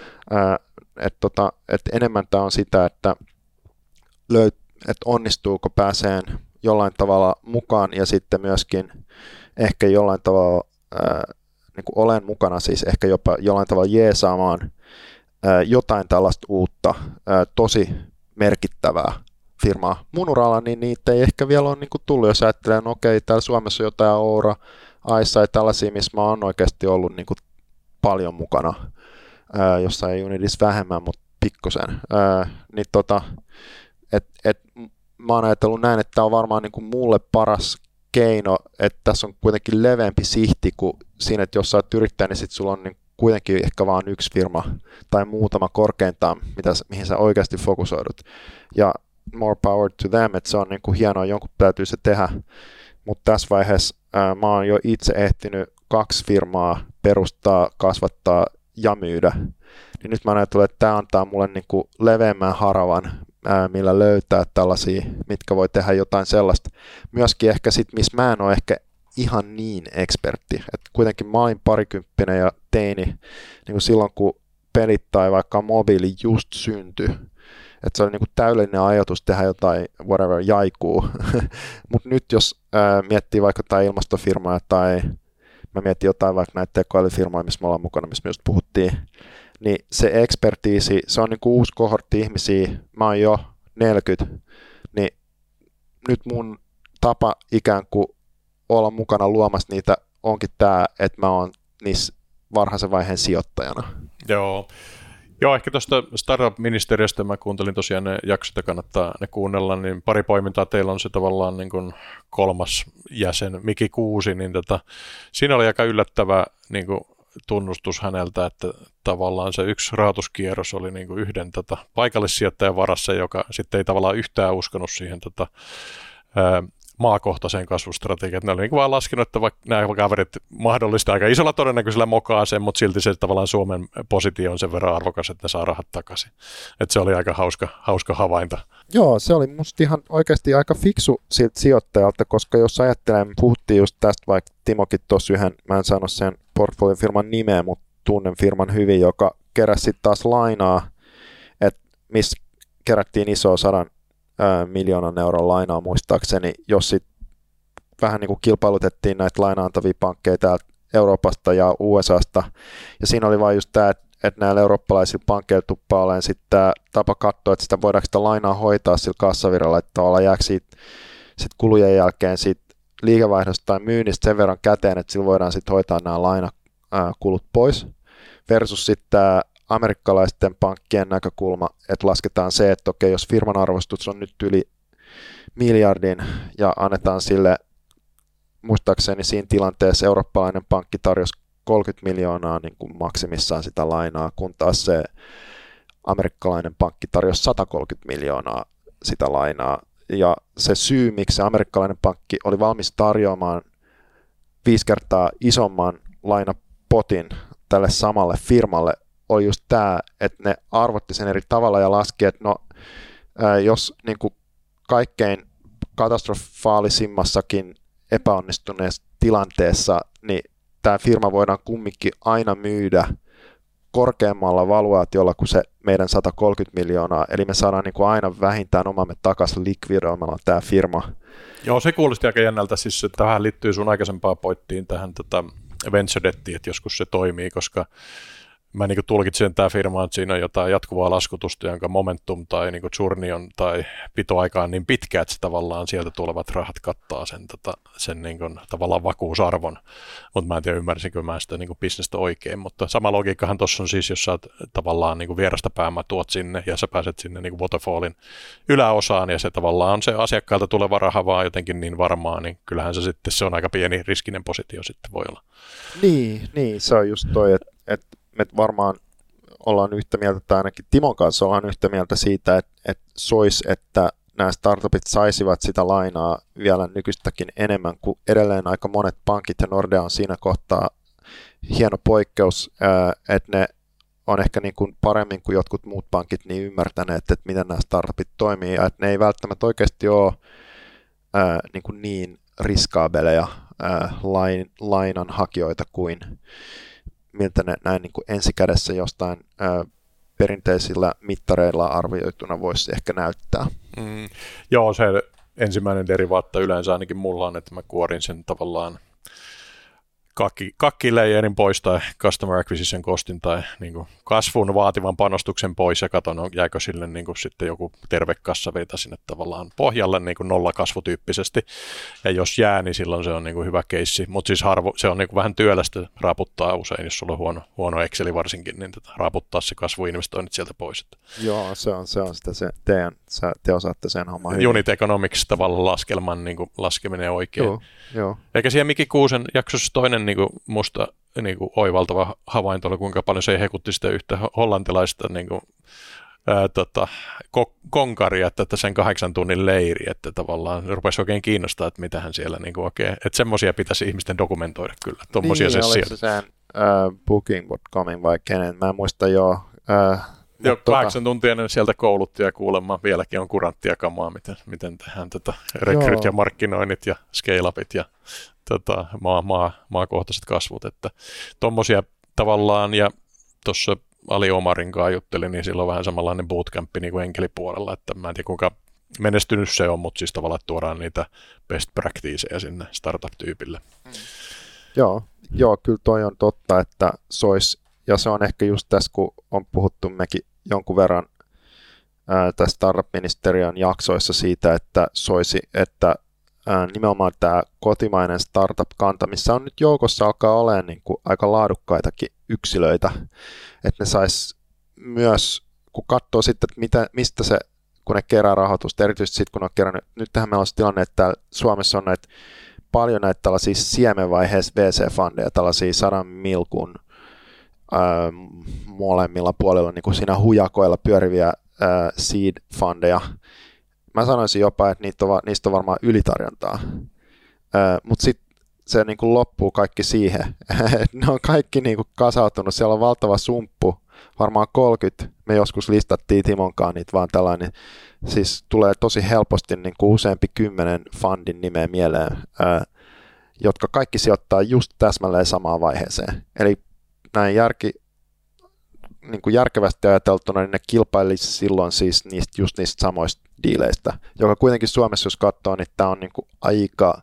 Että enemmän tämä on sitä, että onnistuuko pääseen jollain tavalla mukaan ja sitten myöskin ehkä jollain tavalla niin kuin olen mukana, siis ehkä jopa jollain tavalla jeesaamaan jotain tällaista uutta, tosi merkittävää firmaa. Mun uralla niin niitä ei ehkä vielä ole niin kuin tullut, jos ajattelee, että okei, täällä Suomessa on jotain Aura, Aissa ja tällaisia, missä mä oon oikeasti ollut niin kuin paljon mukana, jossain Unitissa vähemmän, mutta pikkusen. Mä oon ajatellut näin, että tämä on varmaan niin kuin mulle paras keino, että tässä on kuitenkin leveämpi sihti kuin siinä, että jos sä oot yrittäjä, niin sit sulla on niin kuitenkin ehkä vaan yksi firma tai muutama korkeintaan, mihin sä oikeasti fokusoidut. Ja more power to them, että se on niin kuin hienoa, jonkun täytyy se tehdä. Mutta tässä vaiheessa mä oon jo itse ehtinyt 2 firmaa perustaa, kasvattaa ja myydä. Niin nyt mä ajattelen, että tämä antaa mulle niin kuin leveämmän haravan, millä löytää tällaisia, mitkä voi tehdä jotain sellaista. Myöskin ehkä sit, missä mä en ole ehkä ihan niin ekspertti. Et kuitenkin mä olin parikymppinen ja teini niin kuin silloin, kun pelit tai vaikka mobiili just syntyi. Että se oli niin kuin täydellinen ajatus tehdä jotain whatever jaikuu. Mutta nyt jos miettii vaikka jotain ilmastofirmaa tai mä mietin jotain vaikka näitä tekoälyfirmoja, missä me ollaan mukana, missä me just puhuttiin, niin se ekspertiisi, se on niin kuin uusi kohortti ihmisiä. Mä oon jo 40, niin nyt mun tapa ikään kuin olla mukana luomassa niitä onkin tämä, että mä oon niissä varhaisen vaiheen sijoittajana. Joo, ehkä tuosta Startup-ministeriöstä mä kuuntelin tosiaan ne jaksot ja kannattaa ne kuunnella, niin pari poimintaa teillä on se tavallaan niin kuin 3. jäsen, Miki Kuusi, niin siinä oli aika yllättävä niin kuin tunnustus häneltä, että tavallaan se yksi rahoituskierros oli niin kuin yhden paikallissijoittajan varassa, joka sitten ei tavallaan yhtään uskonut siihen maakohtaiseen kasvustrategiaan. Ne oli niin kuin vaan laskenut, että vaikka nämä kaverit mahdollista aika isolla todennäköisellä mokaa sen, mutta silti se tavallaan Suomen positio on sen verran arvokas, että ne saa rahat takaisin. Että se oli aika hauska havainto. Joo, se oli musta ihan oikeasti aika fiksu siltä sijoittajalta, koska jos ajattelemme, puhuttiin just tästä, vaikka Timokin tuossa yhden, mä en sano sen portfoliofirman nimeä, mutta tunnen firman hyvin, joka keräsi sitten taas lainaa, että missä kerättiin isoa 100 miljoonan euron lainaa muistaakseni, jos sitten vähän niin kuin kilpailutettiin näitä lainaantavia pankkeja täältä Euroopasta ja USAsta, ja siinä oli vain just tämä, että näillä eurooppalaisilla pankkeilla tuppaa olemaan sitten tämä tapa katsoa, että sitä voidaanko sitä lainaa hoitaa sillä kassavirralla, että tavallaan jääkö siitä sit kulujen jälkeen siitä liikevaihdosta tai myynnistä sen verran käteen, että sillä voidaan sitten hoitaa nämä lainakulut pois, versus sitten tämä amerikkalaisten pankkien näkökulma, että lasketaan se, että okei, jos firman arvostus on nyt yli miljardin ja annetaan sille, muistaakseni siinä tilanteessa eurooppalainen pankki tarjosi 30 miljoonaa niin kuin maksimissaan sitä lainaa, kun taas se amerikkalainen pankki tarjosi 130 miljoonaa sitä lainaa. Ja se syy, miksi se amerikkalainen pankki oli valmis tarjoamaan 5 kertaa isomman lainapotin tälle samalle firmalle, oli just tämä, että ne arvotti sen eri tavalla ja laski, että jos niin kuin kaikkein katastrofaalisimmassakin epäonnistuneessa tilanteessa, niin tämä firma voidaan kumminkin aina myydä korkeammalla valuaatiolla kuin se meidän 130 miljoonaa, eli me saadaan niin kuin aina vähintään omamme takaisin likvidoimalla tämä firma. Joo, se kuulosti aika jännältä, siis että tähän liittyy sun aikaisempaan pointtiin tähän venture debtiin, että joskus se toimii, koska mä niin tulkitsen tämä firma, että siinä on jotain jatkuvaa laskutusta, jonka momentum tai niin journey on tai pitoaika on niin pitkä, että se tavallaan sieltä tulevat rahat kattaa sen niin kuin, tavallaan vakuusarvon. Mutta mä en tiedä, ymmärsinkö mä sitä niin bisnestä oikein, mutta sama logiikkahan tuossa on siis, jos sä tavallaan niin vierasta pääomaa tuot sinne ja sä pääset sinne niin waterfallin yläosaan ja se tavallaan on se asiakkaalta tuleva raha vaan jotenkin niin varmaa, niin kyllähän se on aika pieni riskinen positio sitten voi olla. Niin se on just toi, että me varmaan ollaan yhtä mieltä, tai ainakin Timon kanssa ollaan yhtä mieltä siitä, että sois, että nämä startupit saisivat sitä lainaa vielä nykyistäkin enemmän, kuin edelleen aika monet pankit, ja Nordea on siinä kohtaa hieno poikkeus, että ne on ehkä niin kuin paremmin kuin jotkut muut pankit niin ymmärtäneet, että miten nämä startupit toimii, ja että ne ei välttämättä oikeasti ole niin riskaabeleja lainanhakijoita kuin miltä ne näin niin kuin ensikädessä jostain perinteisillä mittareilla arvioituna voisi ehkä näyttää. Joo, se ensimmäinen derivaatta yleensä ainakin mulla on, että mä kuorin sen tavallaan kakkileijerin pois tai customer acquisition costin tai niin kuin kasvun vaativan panostuksen pois ja katson, jääkö sille niin kuin sitten joku terve kassavirta sinne tavallaan pohjalle niin kuin nollakasvutyyppisesti. Ja jos jää, niin silloin se on niin kuin hyvä keissi. Mutta siis se on niin kuin vähän työlästä raaputtaa usein, jos sulla on huono Exceli varsinkin, niin raaputtaa se kasvuinvestoinnit sieltä pois. Joo, se on sitä te osaatte sen homman hyvin. Unit economics tavallaan laskelman niin kuin laskeminen oikein. Joo. Eikä siellä Miki Kuusen jaksossa toinen niin kuin musta niin kuin oivaltava havainto oli, kuinka paljon se hekutti sitä yhtä hollantilaista niin kuin, konkaria, että sen 8 tunnin leiri, että tavallaan rupesi oikein kiinnostaa, että mitä hän siellä niin kuin oikein, että semmoisia pitäisi ihmisten dokumentoida kyllä, tuommoisia sessioita. Niin, oliko se sen Booking.comin vai kenen, mä en muista jo. 8 tuntia ennen sieltä koulutti ja kuulemma vieläkin on kuranttia kamaa, miten tehdään rekryt ja markkinoinnit ja scale-upit ja maakohtaiset kasvut, että tuommoisia tavallaan, ja tuossa Ali Omarin kanssa juttelin, niin sillä on vähän samanlainen bootcamp niin kuin enkelipuolella, että mä en tiedä kuinka menestynyt se on, mutta siis tavallaan että tuodaan niitä best practiceja sinne startup-tyypille. Joo, kyllä toi on totta, että ja se on ehkä just tässä, kun on puhuttu mekin jonkun verran tässä Startup-ministeriön jaksoissa siitä, että soisi, että nimenomaan tämä kotimainen startup-kanta, missä on nyt joukossa alkaa olemaan niin kuin aika laadukkaitakin yksilöitä, että ne sais myös, kun katsoo sitten, että mistä se, kun ne kerää rahoitusta, erityisesti sitten kun on kerännyt, nyt tähän meillä on se tilanne, että Suomessa on paljon näitä tällaisia siemenvaiheessa VC-fundeja, tällaisia 100 milkun molemmilla puolilla niin kuin siinä hujakoilla pyöriviä seed-fundeja. Mä sanoisin jopa, että niistä on varmaan ylitarjontaa, mutta sitten se niin kuin loppuu kaikki siihen. Ne on kaikki niin kuin kasautunut, siellä on valtava sumppu, varmaan 30, me joskus listattiin Timonkaan niitä vaan tällainen, siis tulee tosi helposti niin kuin useampi 10 fundin nimeä mieleen, jotka kaikki sijoittaa just täsmälleen samaan vaiheeseen. Eli näin niin kuin järkevästi ajateltuna, niin ne kilpailisi silloin siis just niistä samoista diileistä, joka kuitenkin Suomessa, jos katsoo, niin tämä on niin kuin aika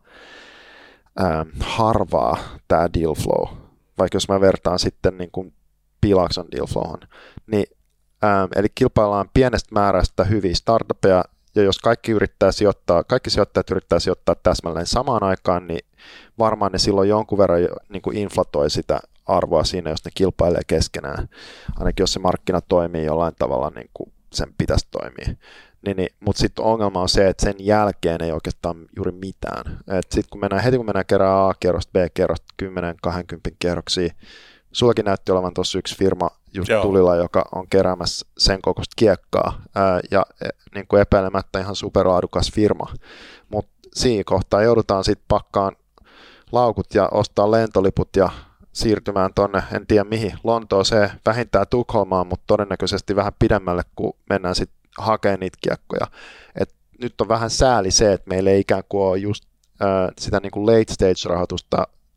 harvaa tämä deal flow, vaikka jos mä vertaan sitten niin kuin Piilakson deal flowhon, niin eli kilpaillaan pienestä määrästä hyviä startupeja, ja jos kaikki sijoittajat yrittää sijoittaa täsmälleen samaan aikaan, niin varmaan ne silloin jonkun verran niin kuin inflatoi sitä arvoa siinä, jos ne kilpailee keskenään, ainakin jos se markkina toimii jollain tavalla niin kuin sen pitäisi toimia. Mutta sitten ongelma on se, että sen jälkeen ei oikeastaan juuri mitään. Sitten kun mennään kerran A-kerrosta, B-kerrosta, 10-20 kerroksia, sullakin näytti olevan tuossa yksi firma just tulilla, joka on keräämässä sen kokoista kiekkaa, ja niin kuin epäilemättä ihan superlaadukas firma, mutta siinä kohtaa joudutaan sitten pakkaan laukut ja ostaa lentoliput ja siirtymään tuonne, en tiedä mihin, Lontooseen, vähintään Tukholmaan, mutta todennäköisesti vähän pidemmälle, kun mennään sitten hakemaan niitä kiekkoja. Et nyt on vähän sääli se, että meillä ei ikään kuin ole just sitä niin kuin late stage-rahoitusta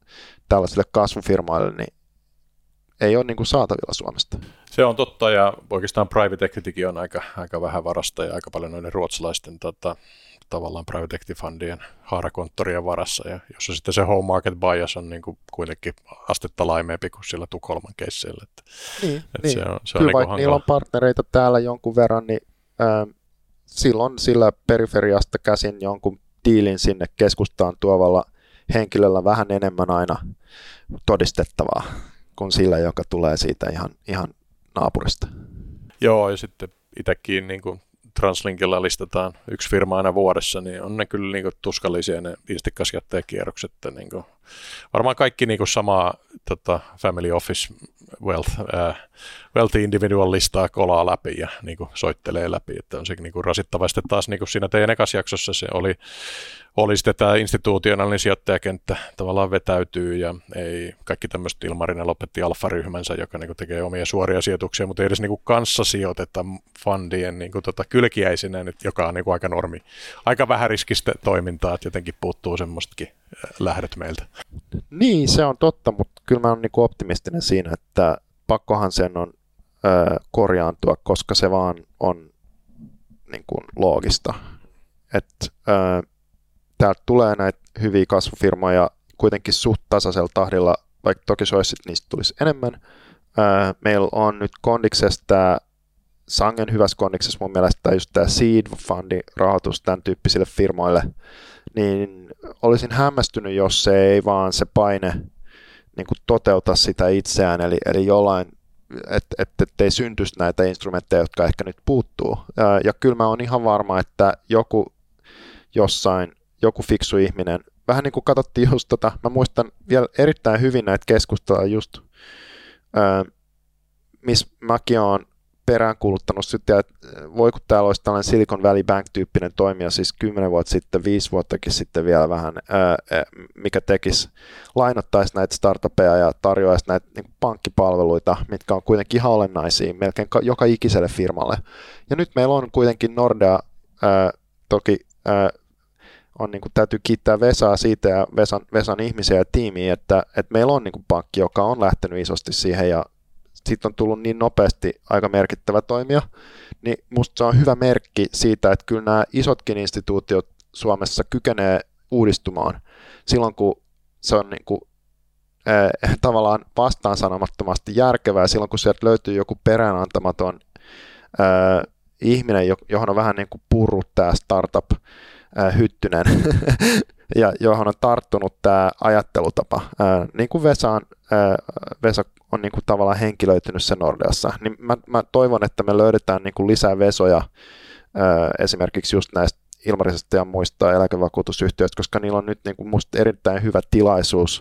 tällaisille kasvufirmoille, niin ei ole niin kuin saatavilla Suomesta. Se on totta, ja oikeastaan private equitykin on aika vähän varasta ja aika paljon noiden ruotsalaisten tavallaan private equity fundien haarakonttorien varassa, ja jossa sitten se home market bias on niin kuin kuitenkin astetta laimeempi kuin sillä Tukholman keisseillä. Niin. Se on kyllä niin vaikka niillä on partnereita täällä jonkun verran, niin silloin sillä periferiasta käsin jonkun diilin sinne keskustaan tuovalla henkilöllä vähän enemmän aina todistettavaa kuin sillä, joka tulee siitä ihan naapurista. Joo, ja sitten itsekin niin kuin Translinkilla listataan yksi firma aina vuodessa, niin on ne kyllä niin kuin tuskallisia ne istikkasjätteekierrokset. Niin kuin, varmaan kaikki niin kuin samaa family office wealthy individual listaa kolaa läpi ja niin kuin soittelee läpi, että on se niin kuin rasittava. Sitten taas niin kuin siinä teidän ekassa jaksossa se oli sitten tämä institutionaalinen sijoittajakenttä tavallaan vetäytyy ja ei kaikki tämmöistä Ilmarinen lopetti alfa-ryhmänsä, joka niin kuin tekee omia suoria sijoituksia, mutta ei edes niin kuin kanssa sijoiteta fundien niin kuin kylkiäisenä, joka on niin kuin aika normi, aika vähäriskistä toimintaa, että jotenkin puuttuu semmoistakin lähdöt meiltä. Niin, se on totta, mutta kyllä mä oon niin kuin optimistinen siinä, että pakkohan sen on korjaantua, koska se vaan on niin kuin loogista. Että täältä tulee näitä hyviä kasvufirmoja kuitenkin suht tasaisella tahdilla, vaikka toki se olisi, että niistä tulisi enemmän. Meillä on nyt Kondiksesta, sangen hyvässä Kondiksessa mun mielestä just tämä Seed Fundin rahoitus tämän tyyppisille firmoille, niin olisin hämmästynyt, jos se ei vaan se paine niin kuin toteuta sitä itseään, eli jollain, että ei syntyisi näitä instrumentteja, jotka ehkä nyt puuttuu. Ja kyllä mä oon ihan varma, että joku fiksu ihminen, vähän niin kuin katsottiin just mä muistan vielä erittäin hyvin näitä keskusteluja just, missä mäkin olen peräänkuuluttanut sitten, että voi kun täällä olisi tällainen Silicon Valley Bank-tyyppinen toimija, siis 10 vuotta sitten, 5 vuottakin sitten vielä vähän, mikä tekisi, lainottaisi näitä startupeja ja tarjoaisi näitä niin kuin pankkipalveluita, mitkä on kuitenkin ihan olennaisia melkein joka ikiselle firmalle. Ja nyt meillä on kuitenkin Nordea, toki on, niin kuin, täytyy kiittää Vesaa siitä ja Vesan ihmisiä ja tiimiä, että meillä on niin kuin pankki, joka on lähtenyt isosti siihen ja sitten on tullut niin nopeasti aika merkittävä toimija, niin musta se on hyvä merkki siitä, että kyllä nämä isotkin instituutiot Suomessa kykenee uudistumaan silloin, kun se on niin kuin, tavallaan vastaansanomattomasti järkevää, silloin kun sieltä löytyy joku peräänantamaton ihminen, johon on vähän niin kuin purrut tämä startup-hyttynen, ja johon on tarttunut tämä ajattelutapa, niin kuin Vesa on niin kuin tavallaan henkilöitynyt sen Nordeassa, niin mä toivon, että me löydetään niin kuin lisää Vesoja esimerkiksi just näistä Ilmarisesta ja muista eläkevakuutusyhtiöistä, koska niillä on nyt niin kuin musta erittäin hyvä tilaisuus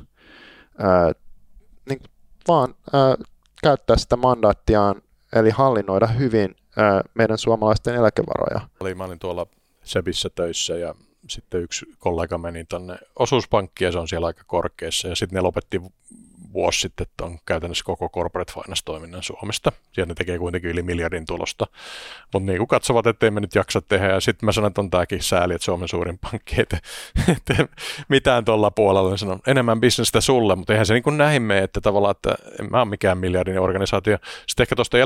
niin kuin vaan käyttää sitä mandaattiaan, eli hallinnoida hyvin meidän suomalaisten eläkevaroja. Mä olin tuolla Sebissä töissä ja sitten yksi kollega meni tuonne osuuspankkiin ja se on siellä aika korkeassa ja sitten ne lopetti vuosi sitten, että on käytännössä koko corporate finance-toiminnan Suomesta. Siellä ne tekee kuitenkin yli miljardin tulosta. Mutta niin kuin katsovat, ettei me nyt jaksa tehdä. Ja sitten mä sanon, että on tämäkin sääli, että Suomen suurin pankki ei tee mitään tuolla puolella. Mä sanon, enemmän bisnestä sulle, mutta eihän se niin kuin näin mene, että tavallaan, että en mä ole mikään miljardin organisaatio. Sitten ehkä tuosta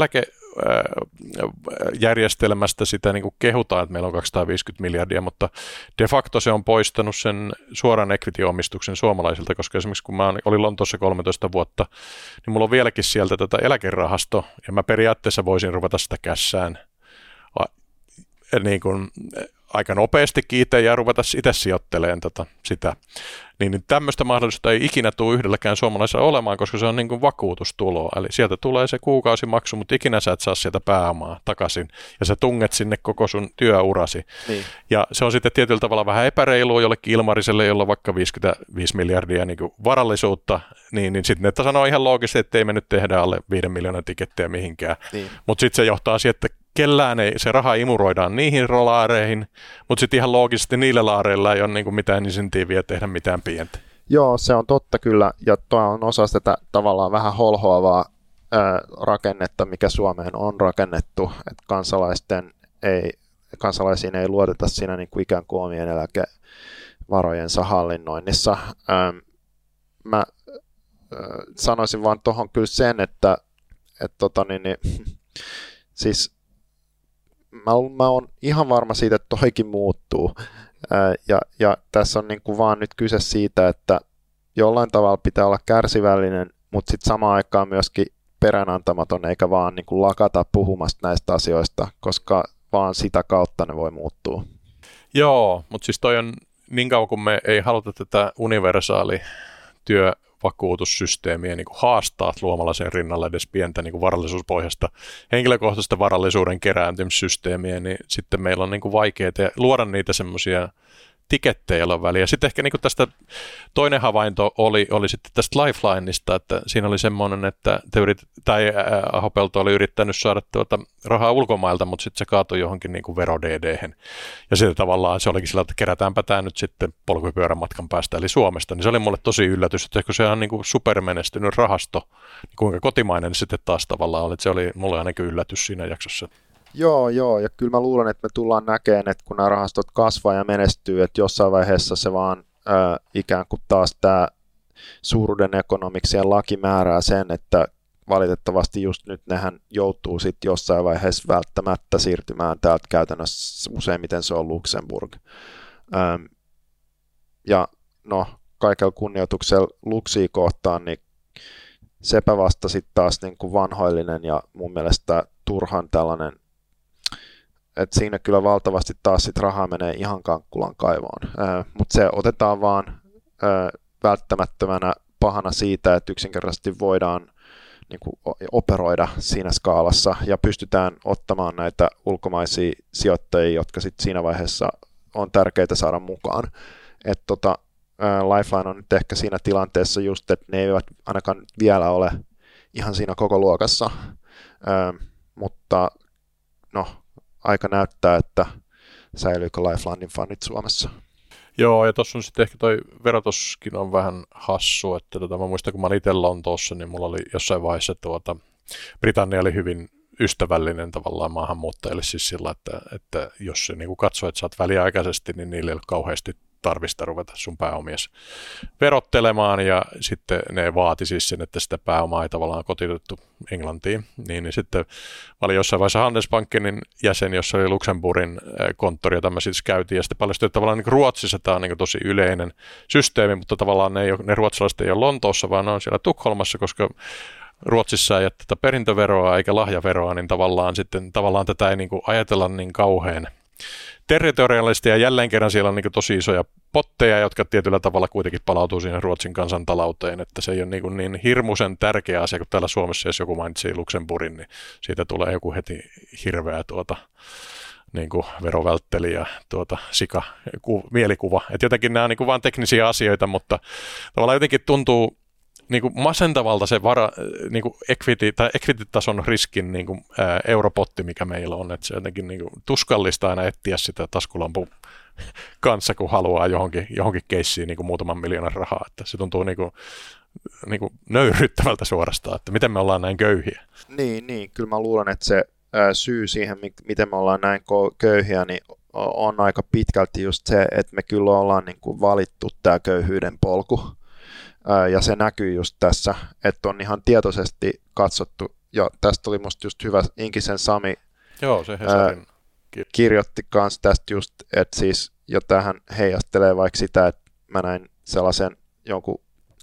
eläkejärjestelmästä sitä niin kuin kehutaan, että meillä on 250 miljardia, mutta de facto se on poistanut sen suoran equity-omistuksen suomalaisilta, koska esimerkiksi kun mä olin Lontoossa 13 vuotta, niin mulla on vieläkin sieltä tätä eläkerahasto, ja mä periaatteessa voisin ruveta sitä kässään niin kuin aika nopeastikin itse ja ruveta itse sijoittelemaan sitä. Niin tämmöistä mahdollisuutta ei ikinä tule yhdelläkään suomalaisella olemaan, koska se on niin kuin vakuutustulo. Eli sieltä tulee se kuukausimaksu, mutta ikinä sä et saa sieltä pääomaa takaisin. Ja sä tunget sinne koko sun työurasi. Niin. Ja se on sitten tietyllä tavalla vähän epäreilua jollekin Ilmariselle, jolla on vaikka 55 miljardia niin kuin varallisuutta. Niin sitten ne sanoo ihan loogisesti, että ei me nyt tehdä alle 5 miljoonan tikettejä mihinkään. Niin. Mutta sitten se johtaa siihen, että kellään ei, se raha imuroidaan niihin laareihin, mutta sitten ihan loogisesti niillä laareilla ei ole niin kuin mitään insentiiviä tehdä mitään pientä. Joo, se on totta kyllä, ja tuo on osa tätä tavallaan vähän holhoavaa rakennetta, mikä Suomeen on rakennettu, että kansalaisiin ei luoteta siinä niin kuin ikään kuin omien eläkevarojensa hallinnoinnissa. mä sanoisin vaan tuohon kyllä sen, että siis mä oon ihan varma siitä, että toikin muuttuu. Ja tässä on niin kuin vaan nyt kyse siitä, että jollain tavalla pitää olla kärsivällinen, mutta sitten samaan aikaan myöskin peräänantamaton, eikä vaan niin kuin lakata puhumasta näistä asioista, koska vaan sitä kautta ne voi muuttua. Joo, mutta siis toi on niin kauan kuin me ei haluta tätä universaali työvakuutussysteemiä niin kuin haastaa luomalla sen rinnalle edes pientä niin kuin varallisuuspohjasta henkilökohtaista varallisuuden kerääntymissysteemiä, niin sitten meillä on niin kuin vaikeaa luoda niitä semmoisia tikettejä, joilla on väliä. Sitten ehkä niin kuin tästä toinen havainto oli sitten tästä Lifelineista, että siinä oli semmoinen, että Aho Pelto oli yrittänyt saada rahaa ulkomailta, mutta sitten se kaatui johonkin niin kuin vero-DD-hen. Ja sitten tavallaan se olikin sillä, että kerätäänpä tämä nyt sitten polkupyörän matkan päästä, eli Suomesta. Niin se oli mulle tosi yllätys, että kun se on niin kuin supermenestynyt rahasto, niin kuinka kotimainen sitten taas tavallaan oli. Että se oli mulle ainakin yllätys siinä jaksossa. Joo, ja kyllä mä luulen, että me tullaan näkemään, että kun nämä rahastot kasvaa ja menestyy, että jossain vaiheessa se vaan ikään kuin taas tämä suuruuden ekonomiksien laki määrää sen, että valitettavasti just nyt nehän joutuu sitten jossain vaiheessa välttämättä siirtymään täältä käytännössä, useimmiten se on Luxemburg. Ja no, kaikella kunnioituksella Luxia kohtaan, niin sepä vasta sitten taas niin kuin vanhoillinen ja mun mielestä turhan tällainen, että siinä kyllä valtavasti taas sit rahaa menee ihan kankkulan kaivoon, mutta se otetaan vaan välttämättömänä pahana siitä, että yksinkertaisesti voidaan niin kuin operoida siinä skaalassa ja pystytään ottamaan näitä ulkomaisia sijoittajia, jotka sitten siinä vaiheessa on tärkeää saada mukaan. Lifeline on nyt ehkä siinä tilanteessa just, että ne eivät ainakaan vielä ole ihan siinä koko luokassa, mutta no, aika näyttää, että säilyykö Lifelinein fanit Suomessa. Joo, ja tuossa on sitten ehkä toi verotuskin on vähän hassu, että mä muistan, kun mä olin itse Lontoossa, niin mulla oli jossain vaiheessa Britannia oli hyvin ystävällinen tavallaan maahanmuuttajille siis sillä, että jos se niin katsoo, että saat väliaikaisesti, niin niille ei ole kauheasti tarvista ruveta sun pääomies verottelemaan, ja sitten ne vaati siis sen, että sitä pääomaa ei tavallaan kotiutettu Englantiin. Niin sitten mä olin jossain vaiheessa Handelsbankenin jäsen, jossa oli Luxemburgin konttori, jota mä siis käytiin, ja sitten paljastui, että tavallaan niin Ruotsissa tämä on niin tosi yleinen systeemi, mutta tavallaan ne ruotsalaiset ei ole Lontoossa, vaan ne on siellä Tukholmassa, koska Ruotsissa ei ole tätä perintöveroa eikä lahjaveroa, niin tavallaan tätä ei niin kuin ajatella niin kauhean territoriaalisesti, ja jälleen kerran siellä on niin tosi isoja potteja, jotka tietyllä tavalla kuitenkin palautuu siihen Ruotsin kansantalouteen, että se ei ole niin hirmuisen tärkeä asia kuin täällä Suomessa, jos joku mainitsee Luxemburgin, niin siitä tulee joku heti hirveä niin kuin verovältteli ja mielikuva. Että jotenkin nämä on niin kuin vain teknisiä asioita, mutta tavallaan jotenkin tuntuu niin kuin masentavalta se niin kuin equity-tason riskin niin kuin, europotti, mikä meillä on. Että se jotenkin niin kuin tuskallista aina etsiä sitä taskulampun kanssa, kun haluaa johonkin keissiin niin kuin muutaman miljoonan rahaa. Että se tuntuu niin kuin nöyryttävältä suorastaan, että miten me ollaan näin köyhiä. Niin, kyllä mä luulen, että se syy siihen, miten me ollaan näin köyhiä, niin on aika pitkälti just se, että me kyllä ollaan niin kuin valittu tämä köyhyyden polku. Ja se näkyy just tässä, että on ihan tietoisesti katsottu, ja tästä oli musta just hyvä, Inkisen Sami kirjoitti kanssa tästä just, että siis, ja tähän heijastelee vaikka sitä, että mä näin sellaisen jonkun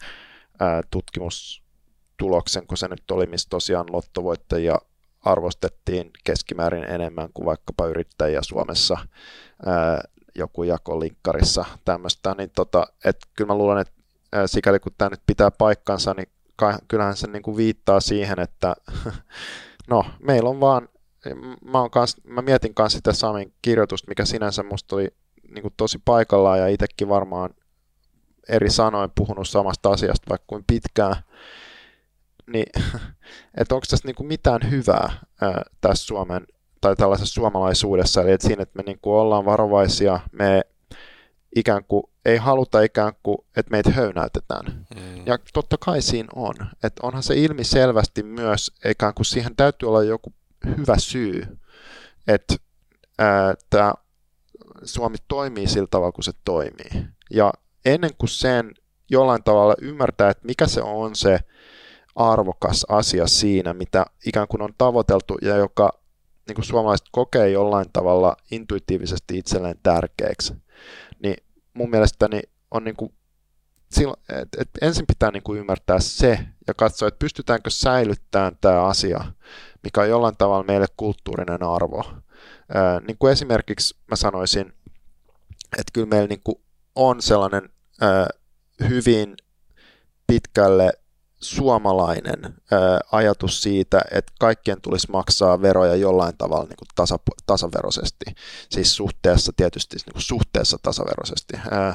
tutkimustuloksen, kun se nyt oli, missä tosiaan lottovoittajia arvostettiin keskimäärin enemmän kuin vaikkapa yrittäjiä Suomessa, joku jako linkkarissa tämmöistä, niin että kyllä mä luulen, että sikäli kun tämä nyt pitää paikkansa, niin kyllähän se niin kuin viittaa siihen, että no, meillä on vaan, mä mietin kanssa sitä Samin kirjoitusta, mikä sinänsä musta oli niin kuin tosi paikallaan ja itsekin varmaan eri sanoin puhunut samasta asiasta vaikka kuin pitkään, niin että onko tässä niin kuin mitään hyvää tässä Suomen tai tällaisessa suomalaisuudessa, eli että siinä, että me niin kuin ollaan varovaisia, me ikään kuin ei haluta ikään kuin, että meitä höynäytetään. Ja totta kai siinä on. Että onhan se ilmiselvästi myös, ikään kuin siihen täytyy olla joku hyvä syy, että tämä Suomi toimii sillä tavalla, kun se toimii. Ja ennen kuin sen jollain tavalla ymmärtää, että mikä se on se arvokas asia siinä, mitä ikään kuin on tavoiteltu ja joka niin kuin suomalaiset kokee jollain tavalla intuitiivisesti itselleen tärkeäksi, niin mun mielestäni on niin kuin, että ensin pitää niin kuin ymmärtää se ja katsoa, että pystytäänkö säilyttämään tämä asia, mikä on jollain tavalla meille kulttuurinen arvo. Niin kuin esimerkiksi mä sanoisin, että kyllä meillä niin kuin on sellainen hyvin pitkälle suomalainen ajatus siitä, että kaikkien tulisi maksaa veroja jollain tavalla niin kuin tasaveroisesti, siis suhteessa tietysti niin kuin suhteessa tasaveroisesti.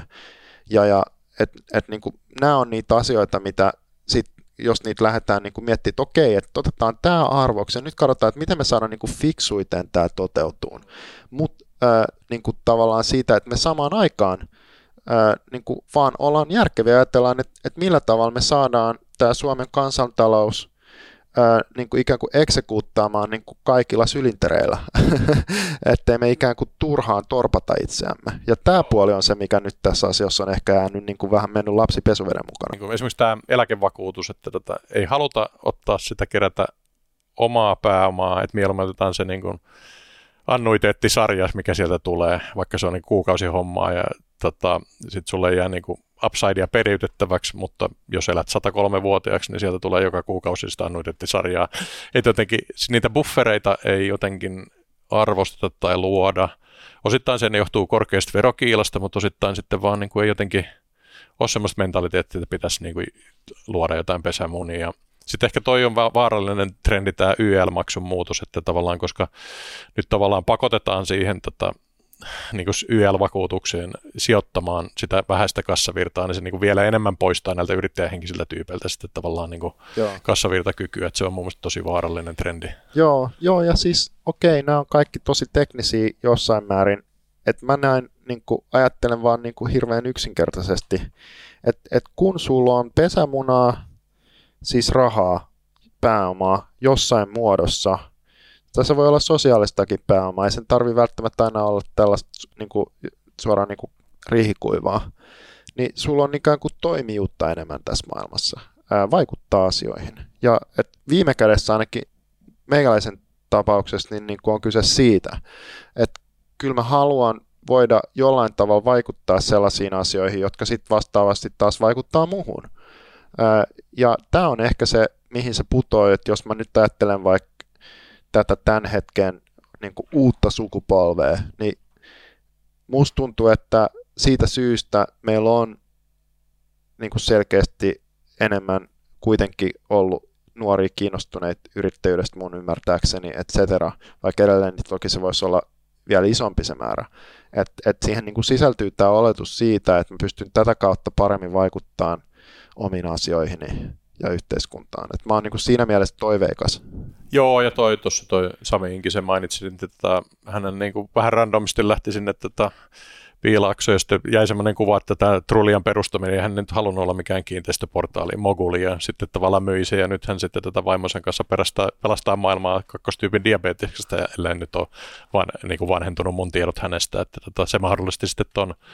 Niin kuin, nämä on niitä asioita, mitä sit, jos niitä lähdetään niin kuin miettimään, että okei, että otetaan tämä arvoksi ja nyt katsotaan, että miten me saadaan niin kuin fiksuiten tämä toteutuun, mutta niin kuin tavallaan siitä, että me samaan aikaan niin kuin vaan ollaan järkeviä ja ajatellaan, että millä tavalla me saadaan tämä Suomen kansantalous niin kuin ikään kuin eksekuuttaamaan niin kuin kaikilla sylintereillä, ettei me ikään kuin turhaan torpata itseämme. Ja tämä puoli on se, mikä nyt tässä asiassa on ehkä jäänyt niin kuin vähän mennyt lapsi pesuveden mukana. Niin kuin esimerkiksi tämä eläkevakuutus, että ei haluta ottaa sitä kerätä omaa pääomaa, että mieluummin otetaan se niin kuin annuiteettisarja, mikä sieltä tulee, vaikka se on niin kuukausihommaa ja sitten sulle ei jää niin kuin upsidea periytettäväksi, mutta jos elät 103-vuotiaaksi, niin sieltä tulee joka kuukausi sitä annuiteettisarjaa. Että jotenkin niitä buffereita ei jotenkin arvosteta tai luoda. Osittain se johtuu korkeasta verokiilasta, mutta osittain sitten vaan niin kuin ei jotenkin ole semmoista mentaliteettia, että pitäisi niin kuin luoda jotain pesämunia. Sitten ehkä toi on vaarallinen trendi, tämä YL-maksun muutos, että tavallaan, koska nyt tavallaan pakotetaan siihen niin kuin YL-vakuutukseen sijoittamaan sitä vähäistä kassavirtaa, niin se niin kuin vielä enemmän poistaa näiltä yrittäjähenkisiltä tyypeiltä sitten tavallaan niin kuin kassavirtakykyä, että se on mun mielestä tosi vaarallinen trendi. Joo, ja siis okei, nämä on kaikki tosi teknisiä jossain määrin, että mä näin, niin kuin, ajattelen vaan niin kuin hirveän yksinkertaisesti, että kun sulla on pesämunaa, siis rahaa, pääomaa jossain muodossa, tai se voi olla sosiaalistakin pääomaa, ei sen tarvitse välttämättä aina olla tällaista niin kuin, suoraan niin kuin riihikuivaa, niin sulla on ikään kuin toimijuutta enemmän tässä maailmassa, vaikuttaa asioihin. Ja viime kädessä ainakin meikäläisen tapauksessa niin kuin on kyse siitä, että kyllä mä haluan voida jollain tavalla vaikuttaa sellaisiin asioihin, jotka sitten vastaavasti taas vaikuttaa muuhun. Ja tämä on ehkä se, mihin se putoo, että jos mä nyt ajattelen vaikka tätä tämän hetken niin kuin uutta sukupolvea, niin musta tuntuu, että siitä syystä meillä on niin kuin selkeästi enemmän kuitenkin ollut nuoria kiinnostuneita yrittäjyydestä mun ymmärtääkseni, et cetera, vaikka edelleen niin toki se voisi olla vielä isompi se määrä. Että siihen niin kuin sisältyy tämä oletus siitä, että mä pystyn tätä kautta paremmin vaikuttamaan omiin asioihini ja yhteiskuntaan. Et mä oon niin kuin siinä mielessä toiveikas. Joo, ja toi Sami Inkisen mainitsi, että hänen niin kuin vähän randomisti lähti sinne Piilaaksoon, ja sitten jäi semmoinen kuva, että tämä Trulian perustaminen, ei hän nyt halunnut olla mikään kiinteistöportaali, moguli, ja sitten tavallaan myi se, ja nyt hän sitten tätä vaimosen kanssa pelastaa maailmaa kakkostyypin diabeteksesta, ja ellei nyt ole niin kuin vanhentunut mun tiedot hänestä, että se mahdollisti sitten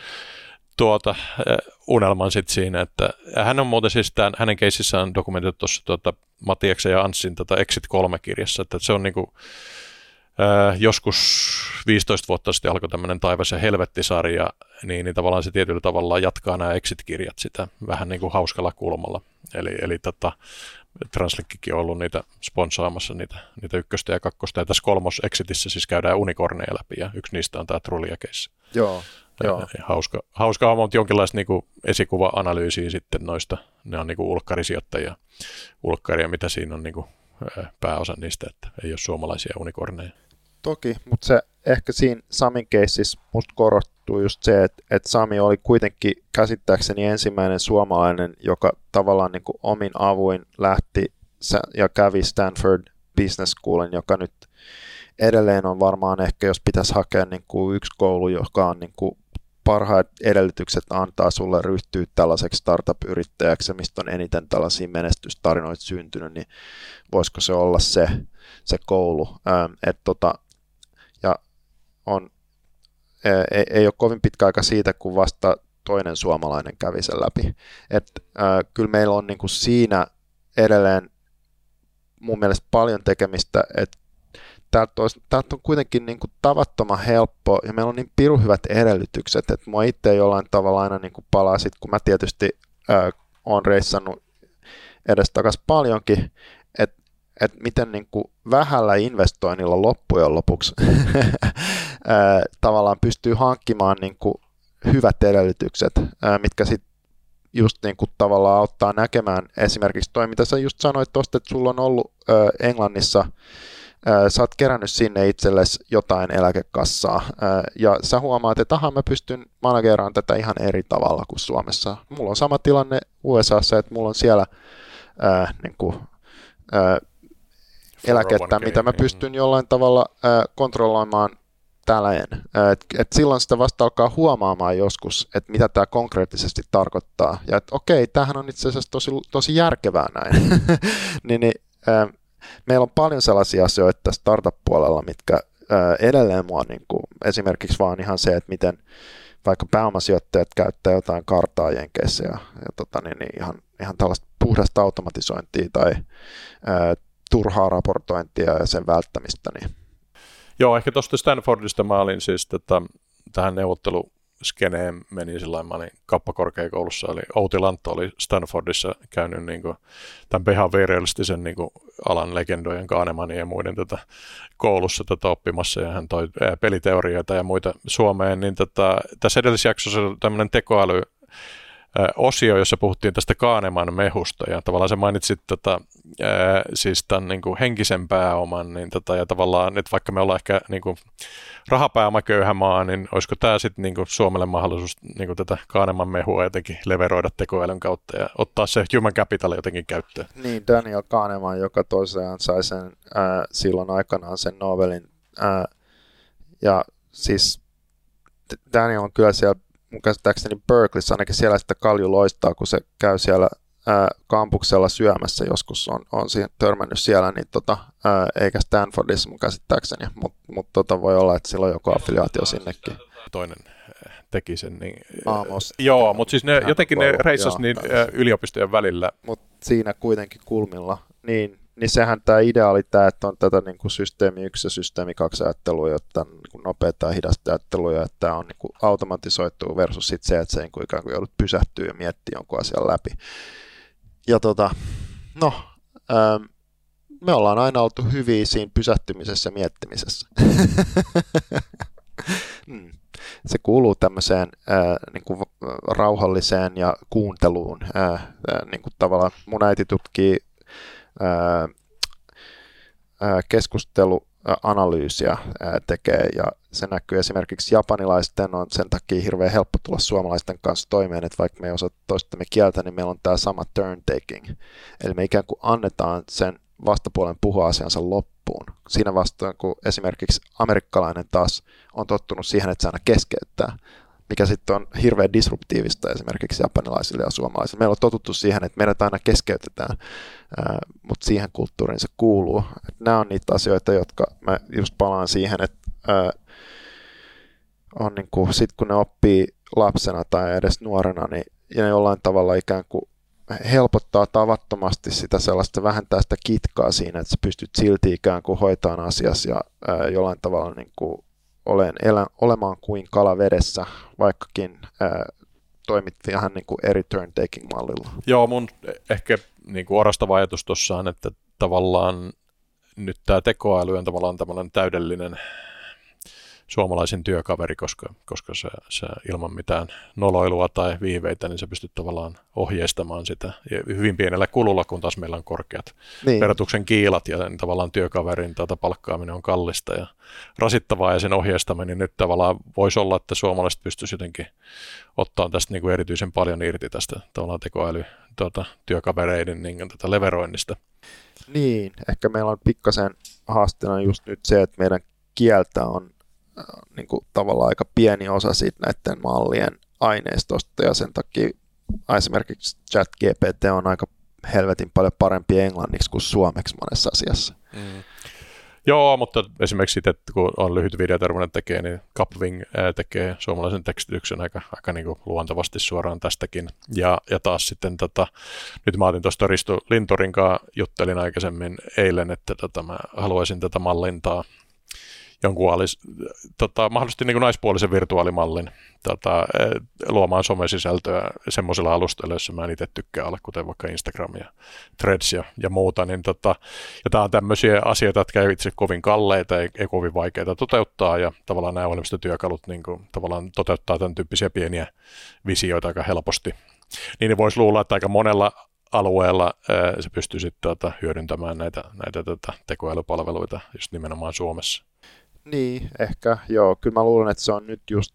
unelman sitten siinä, että hän on muuten siis hänen keississään on dokumentoitu tuossa Matiaksen ja Anssin Exit 3-kirjassa, että se on niinku joskus 15 vuotta sitten alkoi tämmöinen Taivas ja helvetti-sarja, niin tavallaan se tietyllä tavalla jatkaa nämä Exit-kirjat sitä vähän niin kuin hauskalla kulmalla. Eli Translinkkikin on ollut niitä sponsaamassa, niitä ykköstä ja kakkosta, ja tässä Exitissä siis käydään unikorneja läpi, ja yksi niistä on tämä Trulia-keissi. Joo. Hauska on jonkinlaista niinku esikuva-analyysiä sitten noista, ne on niinku ulkkarisijoittajia, mitä siinä on niinku pääosa niistä, että ei ole suomalaisia unikorneja. Toki, mutta se ehkä siinä Samin keississä musta korostuu just se, että Sami oli kuitenkin käsittääkseni ensimmäinen suomalainen, joka tavallaan niin kuin omin avuin lähti ja kävi Stanford Business Schoolin, joka nyt edelleen on varmaan ehkä, jos pitäisi hakea niin kuin yksi koulu, joka on niin kuin parhaat edellytykset antaa sulle ryhtyä tällaiseksi startup-yrittäjäksi, mistä on eniten tällaisia menestystarinoita syntynyt, niin voisiko se olla se koulu. Ja ei ole kovin pitkä aika siitä, kun vasta toinen suomalainen kävi sen läpi. Kyllä meillä on niin kuin siinä edelleen mun mielestä paljon tekemistä, että täältä on kuitenkin niin kuin tavattoman helppo ja meillä on niin pirun hyvät edellytykset, että mua itse jollain tavalla aina niin kuin palaa sit, kun mä tietysti olen reissannut edestakas paljonkin, että miten niin kuin vähällä investoinnilla loppujen lopuksi tavallaan pystyy hankkimaan niin kuin hyvät edellytykset, mitkä sitten just niin kuin tavallaan auttaa näkemään esimerkiksi toi, mitä sä just sanoit tuosta, että sulla on ollut Englannissa, sä oot kerännyt sinne itsellesi jotain eläkekassaa, ja sä huomaat, että mä pystyn manageraamaan tätä ihan eri tavalla kuin Suomessa. Mulla on sama tilanne USAssa, että mulla on siellä niin kuin, eläkettä, mitä mä pystyn jollain tavalla kontrolloimaan. Täällä en. Et silloin sitä vasta alkaa huomaamaan joskus, että mitä tämä konkreettisesti tarkoittaa. Ja että okei, tämähän on itse asiassa tosi järkevää näin. Meillä on paljon sellaisia asioita startup-puolella, mitkä edelleen mua niin kuin, esimerkiksi vaan ihan se, että miten vaikka pääomasijoittajat käyttää jotain karttaa Jenkeissä ja ihan tällaista puhdasta automatisointia tai turhaa raportointia ja sen välttämistä, niin joo, ehkä tuosta Stanfordista mä olin siis tähän neuvotteluskeneen meni sillä mä olin kappakorkeakoulussa, eli Outi Lantto oli Stanfordissa käynyt niin kuin, tämän behavioralistisen niin kuin, alan legendojen Kahnemanin ja muiden koulussa oppimassa, ja hän toi peliteorioita ja muita Suomeen, niin tässä edellisessä jaksossa tämmöinen tekoäly osio, jossa puhuttiin tästä Kahneman mehusta, ja tavallaan sä mainitsit siis tämän niin kuin henkisen pääoman, niin ja tavallaan, että vaikka me ollaan ehkä niin kuin rahapääomaköyhä maa, niin olisiko tämä sitten niin kuin Suomelle mahdollisuus niin kuin tätä Kahneman mehua jotenkin leveroida tekoälyn kautta ja ottaa se human capital jotenkin käyttöön? Niin, Daniel Kahneman, joka tosiaan sai sen silloin aikanaan sen Nobelin, ja siis Daniel on kyllä siellä mun käsittääkseni Berkeleyssä, ainakin siellä sitä kalju loistaa, kun se käy siellä kampuksella syömässä, joskus on siihen törmännyt siellä, niin eikä Stanfordissa mun käsittääkseni, mutta voi olla, että sillä on joku affiliaatio sinnekin. Toinen teki sen, niin Amos. Joo, mutta siis ne jotenkin ne reissasi niin yliopistojen välillä. Mutta siinä kuitenkin kulmilla, niin sehän tämä idea oli tämä, että on tätä niin kuin systeemi 1 ja systeemi 2 ajattelua, jotta niin nopeata ja hidasta ajattelua, ja että tämä on niin kuin automatisoitu versus sit se, että se niin kuin ikään kuin joudut pysähtyä ja miettiä jonkun asian läpi. Ja me ollaan aina oltu hyviä siinä pysähtymisessä ja miettimisessä. Se kuuluu tämmöiseen niin kuin rauhalliseen ja kuunteluun. Niin kuin tavallaan mun äiti tutkii keskusteluanalyysiä tekee, ja se näkyy esimerkiksi japanilaisten on sen takia hirveän helppo tulla suomalaisten kanssa toimeen, että vaikka me ei osata toistamme kieltä, niin meillä on tämä sama turn taking, eli me ikään kuin annetaan sen vastapuolen puhua asiansa loppuun. Siinä vastaan, kun esimerkiksi amerikkalainen taas on tottunut siihen, että se aina keskeyttää, mikä sitten on hirveän disruptiivista esimerkiksi japanilaisille ja suomalaisille. Meillä on totuttu siihen, että meidät aina keskeytetään, mutta siihen kulttuuriin se kuuluu. Nämä on niitä asioita, jotka mä just palaan siihen, että on niin kuin, sit kun ne oppii lapsena tai edes nuorena, niin ne jollain tavalla ikään kuin helpottaa tavattomasti sitä sellaista, vähentää sitä kitkaa siinä, että sä pystyt silti ikään kuin hoitamaan asiassa ja jollain tavalla niin kuin olemaan kuin kala vedessä, vaikkakin toimit vähän niin kuin eri turn-taking-mallilla. Joo, mun ehkä niin kuin orastava ajatus tuossa on, että tavallaan nyt tämä tekoäly on tavallaan tämmöinen täydellinen suomalaisen työkaveri, koska se ilman mitään noloilua tai viiveitä, niin sä pystyt tavallaan ohjeistamaan sitä ja hyvin pienellä kululla, kun taas meillä on korkeat verotuksen kiilat ja tavallaan työkaverin palkkaaminen on kallista ja rasittavaa ja sen ohjeistaminen nyt tavallaan voisi olla, että suomalaiset pystyisi jotenkin ottaa tästä niin kuin erityisen paljon irti tästä tavallaan tekoäly työkavereiden niin tätä leveroinnista. Niin, ehkä meillä on pikkasen haasteena just nyt se, että meidän kieltä on niin kuin tavallaan aika pieni osa siitä näiden mallien aineistosta, ja sen takia esimerkiksi ChatGPT on aika helvetin paljon parempi englanniksi kuin suomeksi monessa asiassa. Joo, mutta esimerkiksi itse, kun on lyhyt videotermonen tekee, niin Capwing tekee suomalaisen tekstityksen aika niin kuin luontevasti suoraan tästäkin. Ja taas sitten, nyt mä otin tuosta Risto Lintorin kanssa, juttelin aikaisemmin eilen, että mä haluaisin tätä mallintaa jonkun mahdollisesti niin kuin naispuolisen virtuaalimallin luomaan somesisältöä semmoisella alustalla, jossa mä en itse tykkää olla, kuten vaikka Instagram ja Threads ja muuta. Niin ja tämä on tämmöisiä asioita, jotka ei itse kovin kalleita, ei kovin vaikeita toteuttaa, ja tavallaan nämä ohjelmistotyökalut niin kuin, tavallaan toteuttaa tämän tyyppisiä pieniä visioita aika helposti. Niin voisi luulla, että aika monella alueella se pystyy sitten hyödyntämään näitä tekoälypalveluita just nimenomaan Suomessa. Niin, ehkä joo. Kyllä mä luulen, että se on nyt just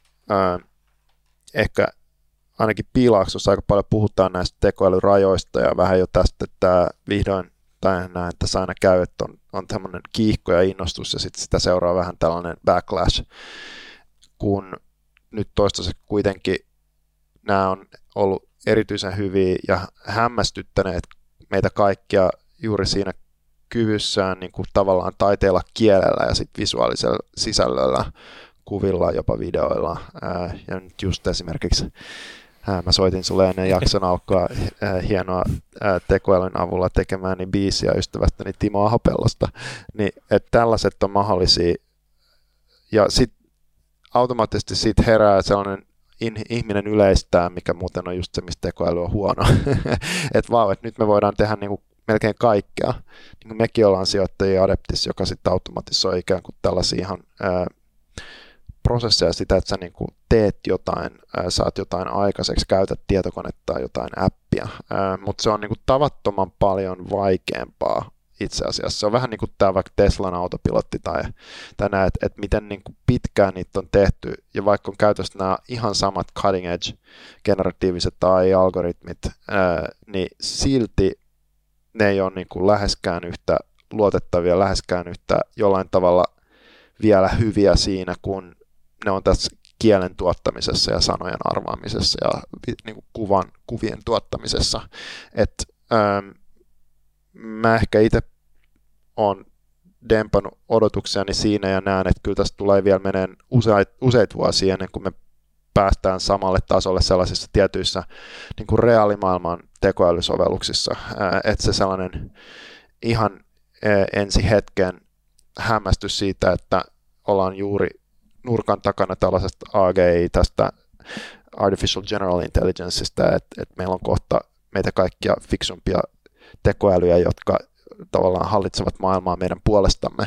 ehkä ainakin Piilaaksossa aika paljon puhutaan näistä tekoälyrajoista ja vähän jo tästä, että vihdoin näen, että tässä aina käy, että on tämmöinen kiihko ja innostus ja sitten sitä seuraa vähän tällainen backlash, kun nyt toistaiseksi kuitenkin nämä on ollut erityisen hyviä ja hämmästyttäneet meitä kaikkia juuri siinä kyvyssään niin kuin tavallaan taiteella kielellä ja sitten visuaalisella sisällöllä, kuvilla, jopa videoilla. Ja nyt just esimerkiksi mä soitin sulle ennen jakson alkua hienoa tekoälyn avulla tekemääni biisiä ystävästäni Timo Ahopellosta. Niin, että tällaiset on mahdollisia. Ja sitten automaattisesti siitä herää sellainen ihminen yleistää, mikä muuten on just se, mistä tekoäly on huono. Että vau, että nyt me voidaan tehdä niinku melkein kaikkea. Niin mekin ollaan sijoittajia Adeptissa, joka sitten automatisoi ikään kuin tällaisia ihan prosesseja sitä, että sä niin kuin teet jotain, saat jotain aikaiseksi, käytät tietokonetta tai jotain appia, mutta se on niin kuin tavattoman paljon vaikeampaa itse asiassa. Se on vähän niin kuin tämä vaikka Teslan autopilotti tai näet, että miten niin kuin pitkään niitä on tehty, ja vaikka on käytössä nämä ihan samat cutting edge generatiiviset AI-algoritmit, niin silti ne ei ole niin kuin läheskään yhtä luotettavia, läheskään yhtä jollain tavalla vielä hyviä siinä, kun ne on tässä kielen tuottamisessa ja sanojen arvaamisessa ja niin kuin kuvien tuottamisessa. Mä ehkä itse olen dempannut odotuksiani siinä ja näen, että kyllä tästä tulee vielä meneen useita vuosia ennen kuin me päästään samalle tasolle sellaisissa tietyissä niin kuin reaalimaailman tekoälysovelluksissa, että se sellainen ihan ensi hetken hämmästys siitä, että ollaan juuri nurkan takana tällaisesta AGI, tästä Artificial General Intelligenceista, että meillä on kohta meitä kaikkia fiksumpia tekoälyjä, jotka tavallaan hallitsevat maailmaa meidän puolestamme,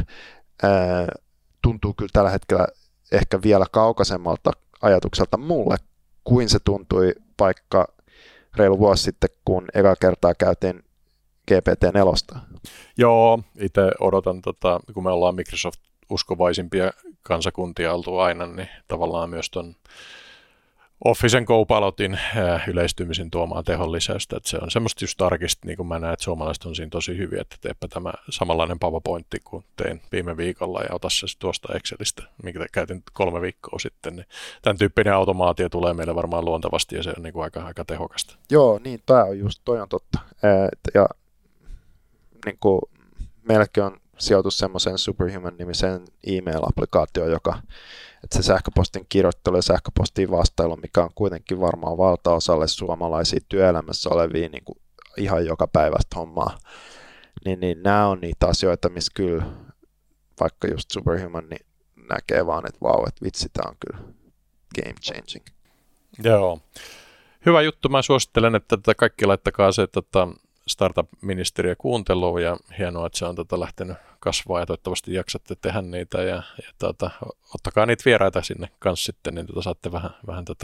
tuntuu kyllä tällä hetkellä ehkä vielä kaukaisemmalta ajatukselta mulle, kuin se tuntui vaikka reilu vuosi sitten, kun eka kertaa käytiin GPT-4. Joo, itse odotan, kun me ollaan Microsoft-uskovaisimpia kansakuntia oltu aina, niin tavallaan myös tuon Officen Copilotin yleistymisen tuomaan tehon lisäystä, että se on semmoista just tarkista, niin kuin mä näen, että suomalaiset on siinä tosi hyviä, että teepä tämä samanlainen PowerPointti kuin tein viime viikolla ja ota se tuosta Excelistä, minkä käytin 3 viikkoa sitten, niin tämän tyyppinen automaatio tulee meille varmaan luontevasti ja se on niin kuin aika tehokasta. Joo, niin toi on totta. Ja niin kuin meilläkin on sijoitus semmoiseen Superhuman-nimiseen email-applikaatioon, että se sähköpostin kirjoittelu ja sähköpostiin vastailu, mikä on kuitenkin varmaan valtaosalle suomalaisia työelämässä olevia niin kuin ihan joka päivästä hommaa, niin nämä on niitä asioita, missä kyllä vaikka just Superhuman niin näkee vaan, että vau, että vitsi, tämä on kyllä game changing. Joo. Hyvä juttu. Mä suosittelen, että kaikki laittakaa se startup-ministeriö kuunteluun ja hienoa, että se on lähtenyt kasvaa ja toivottavasti jaksatte tehdä niitä ja ottakaa niitä vieraita sinne kanssa sitten, niin saatte vähän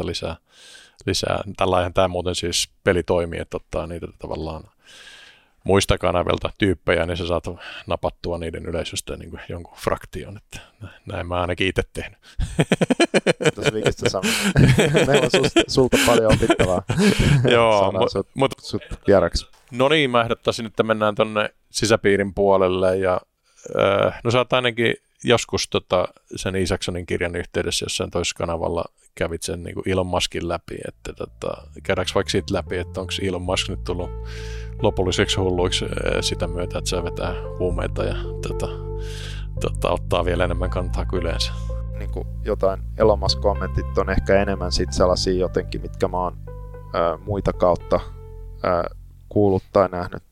lisää. Tällainen tämä muuten siis peli toimii, että ottaa niitä tavallaan muista kanavilta tyyppejä, niin sä saat napattua niiden yleisöstä niin kuin jonkun fraktion, että näin mä ainakin itse tehnyt. Kiitos Vikistä Sami. Meillä on sulta paljon opittavaa. Joo, sut vieraksi. No niin, mä ehdottaisin, että mennään tonne sisäpiirin puolelle ja no sä oot ainakin joskus sen Isaksonin kirjan yhteydessä jossain toisessa kanavalla kävit sen niin kuin Elon Muskin läpi, että käydäänkö vaikka siitä läpi, että onko Elon Musk nyt tullut lopulliseksi hulluiksi sitä myötä, että se vetää huumeita ja ottaa vielä enemmän kantaa kuin yleensä. Niin kuin jotain Elon Musk-kommentit on ehkä enemmän sit sellaisia jotenkin, mitkä mä oon muita kautta kuullut tai nähnyt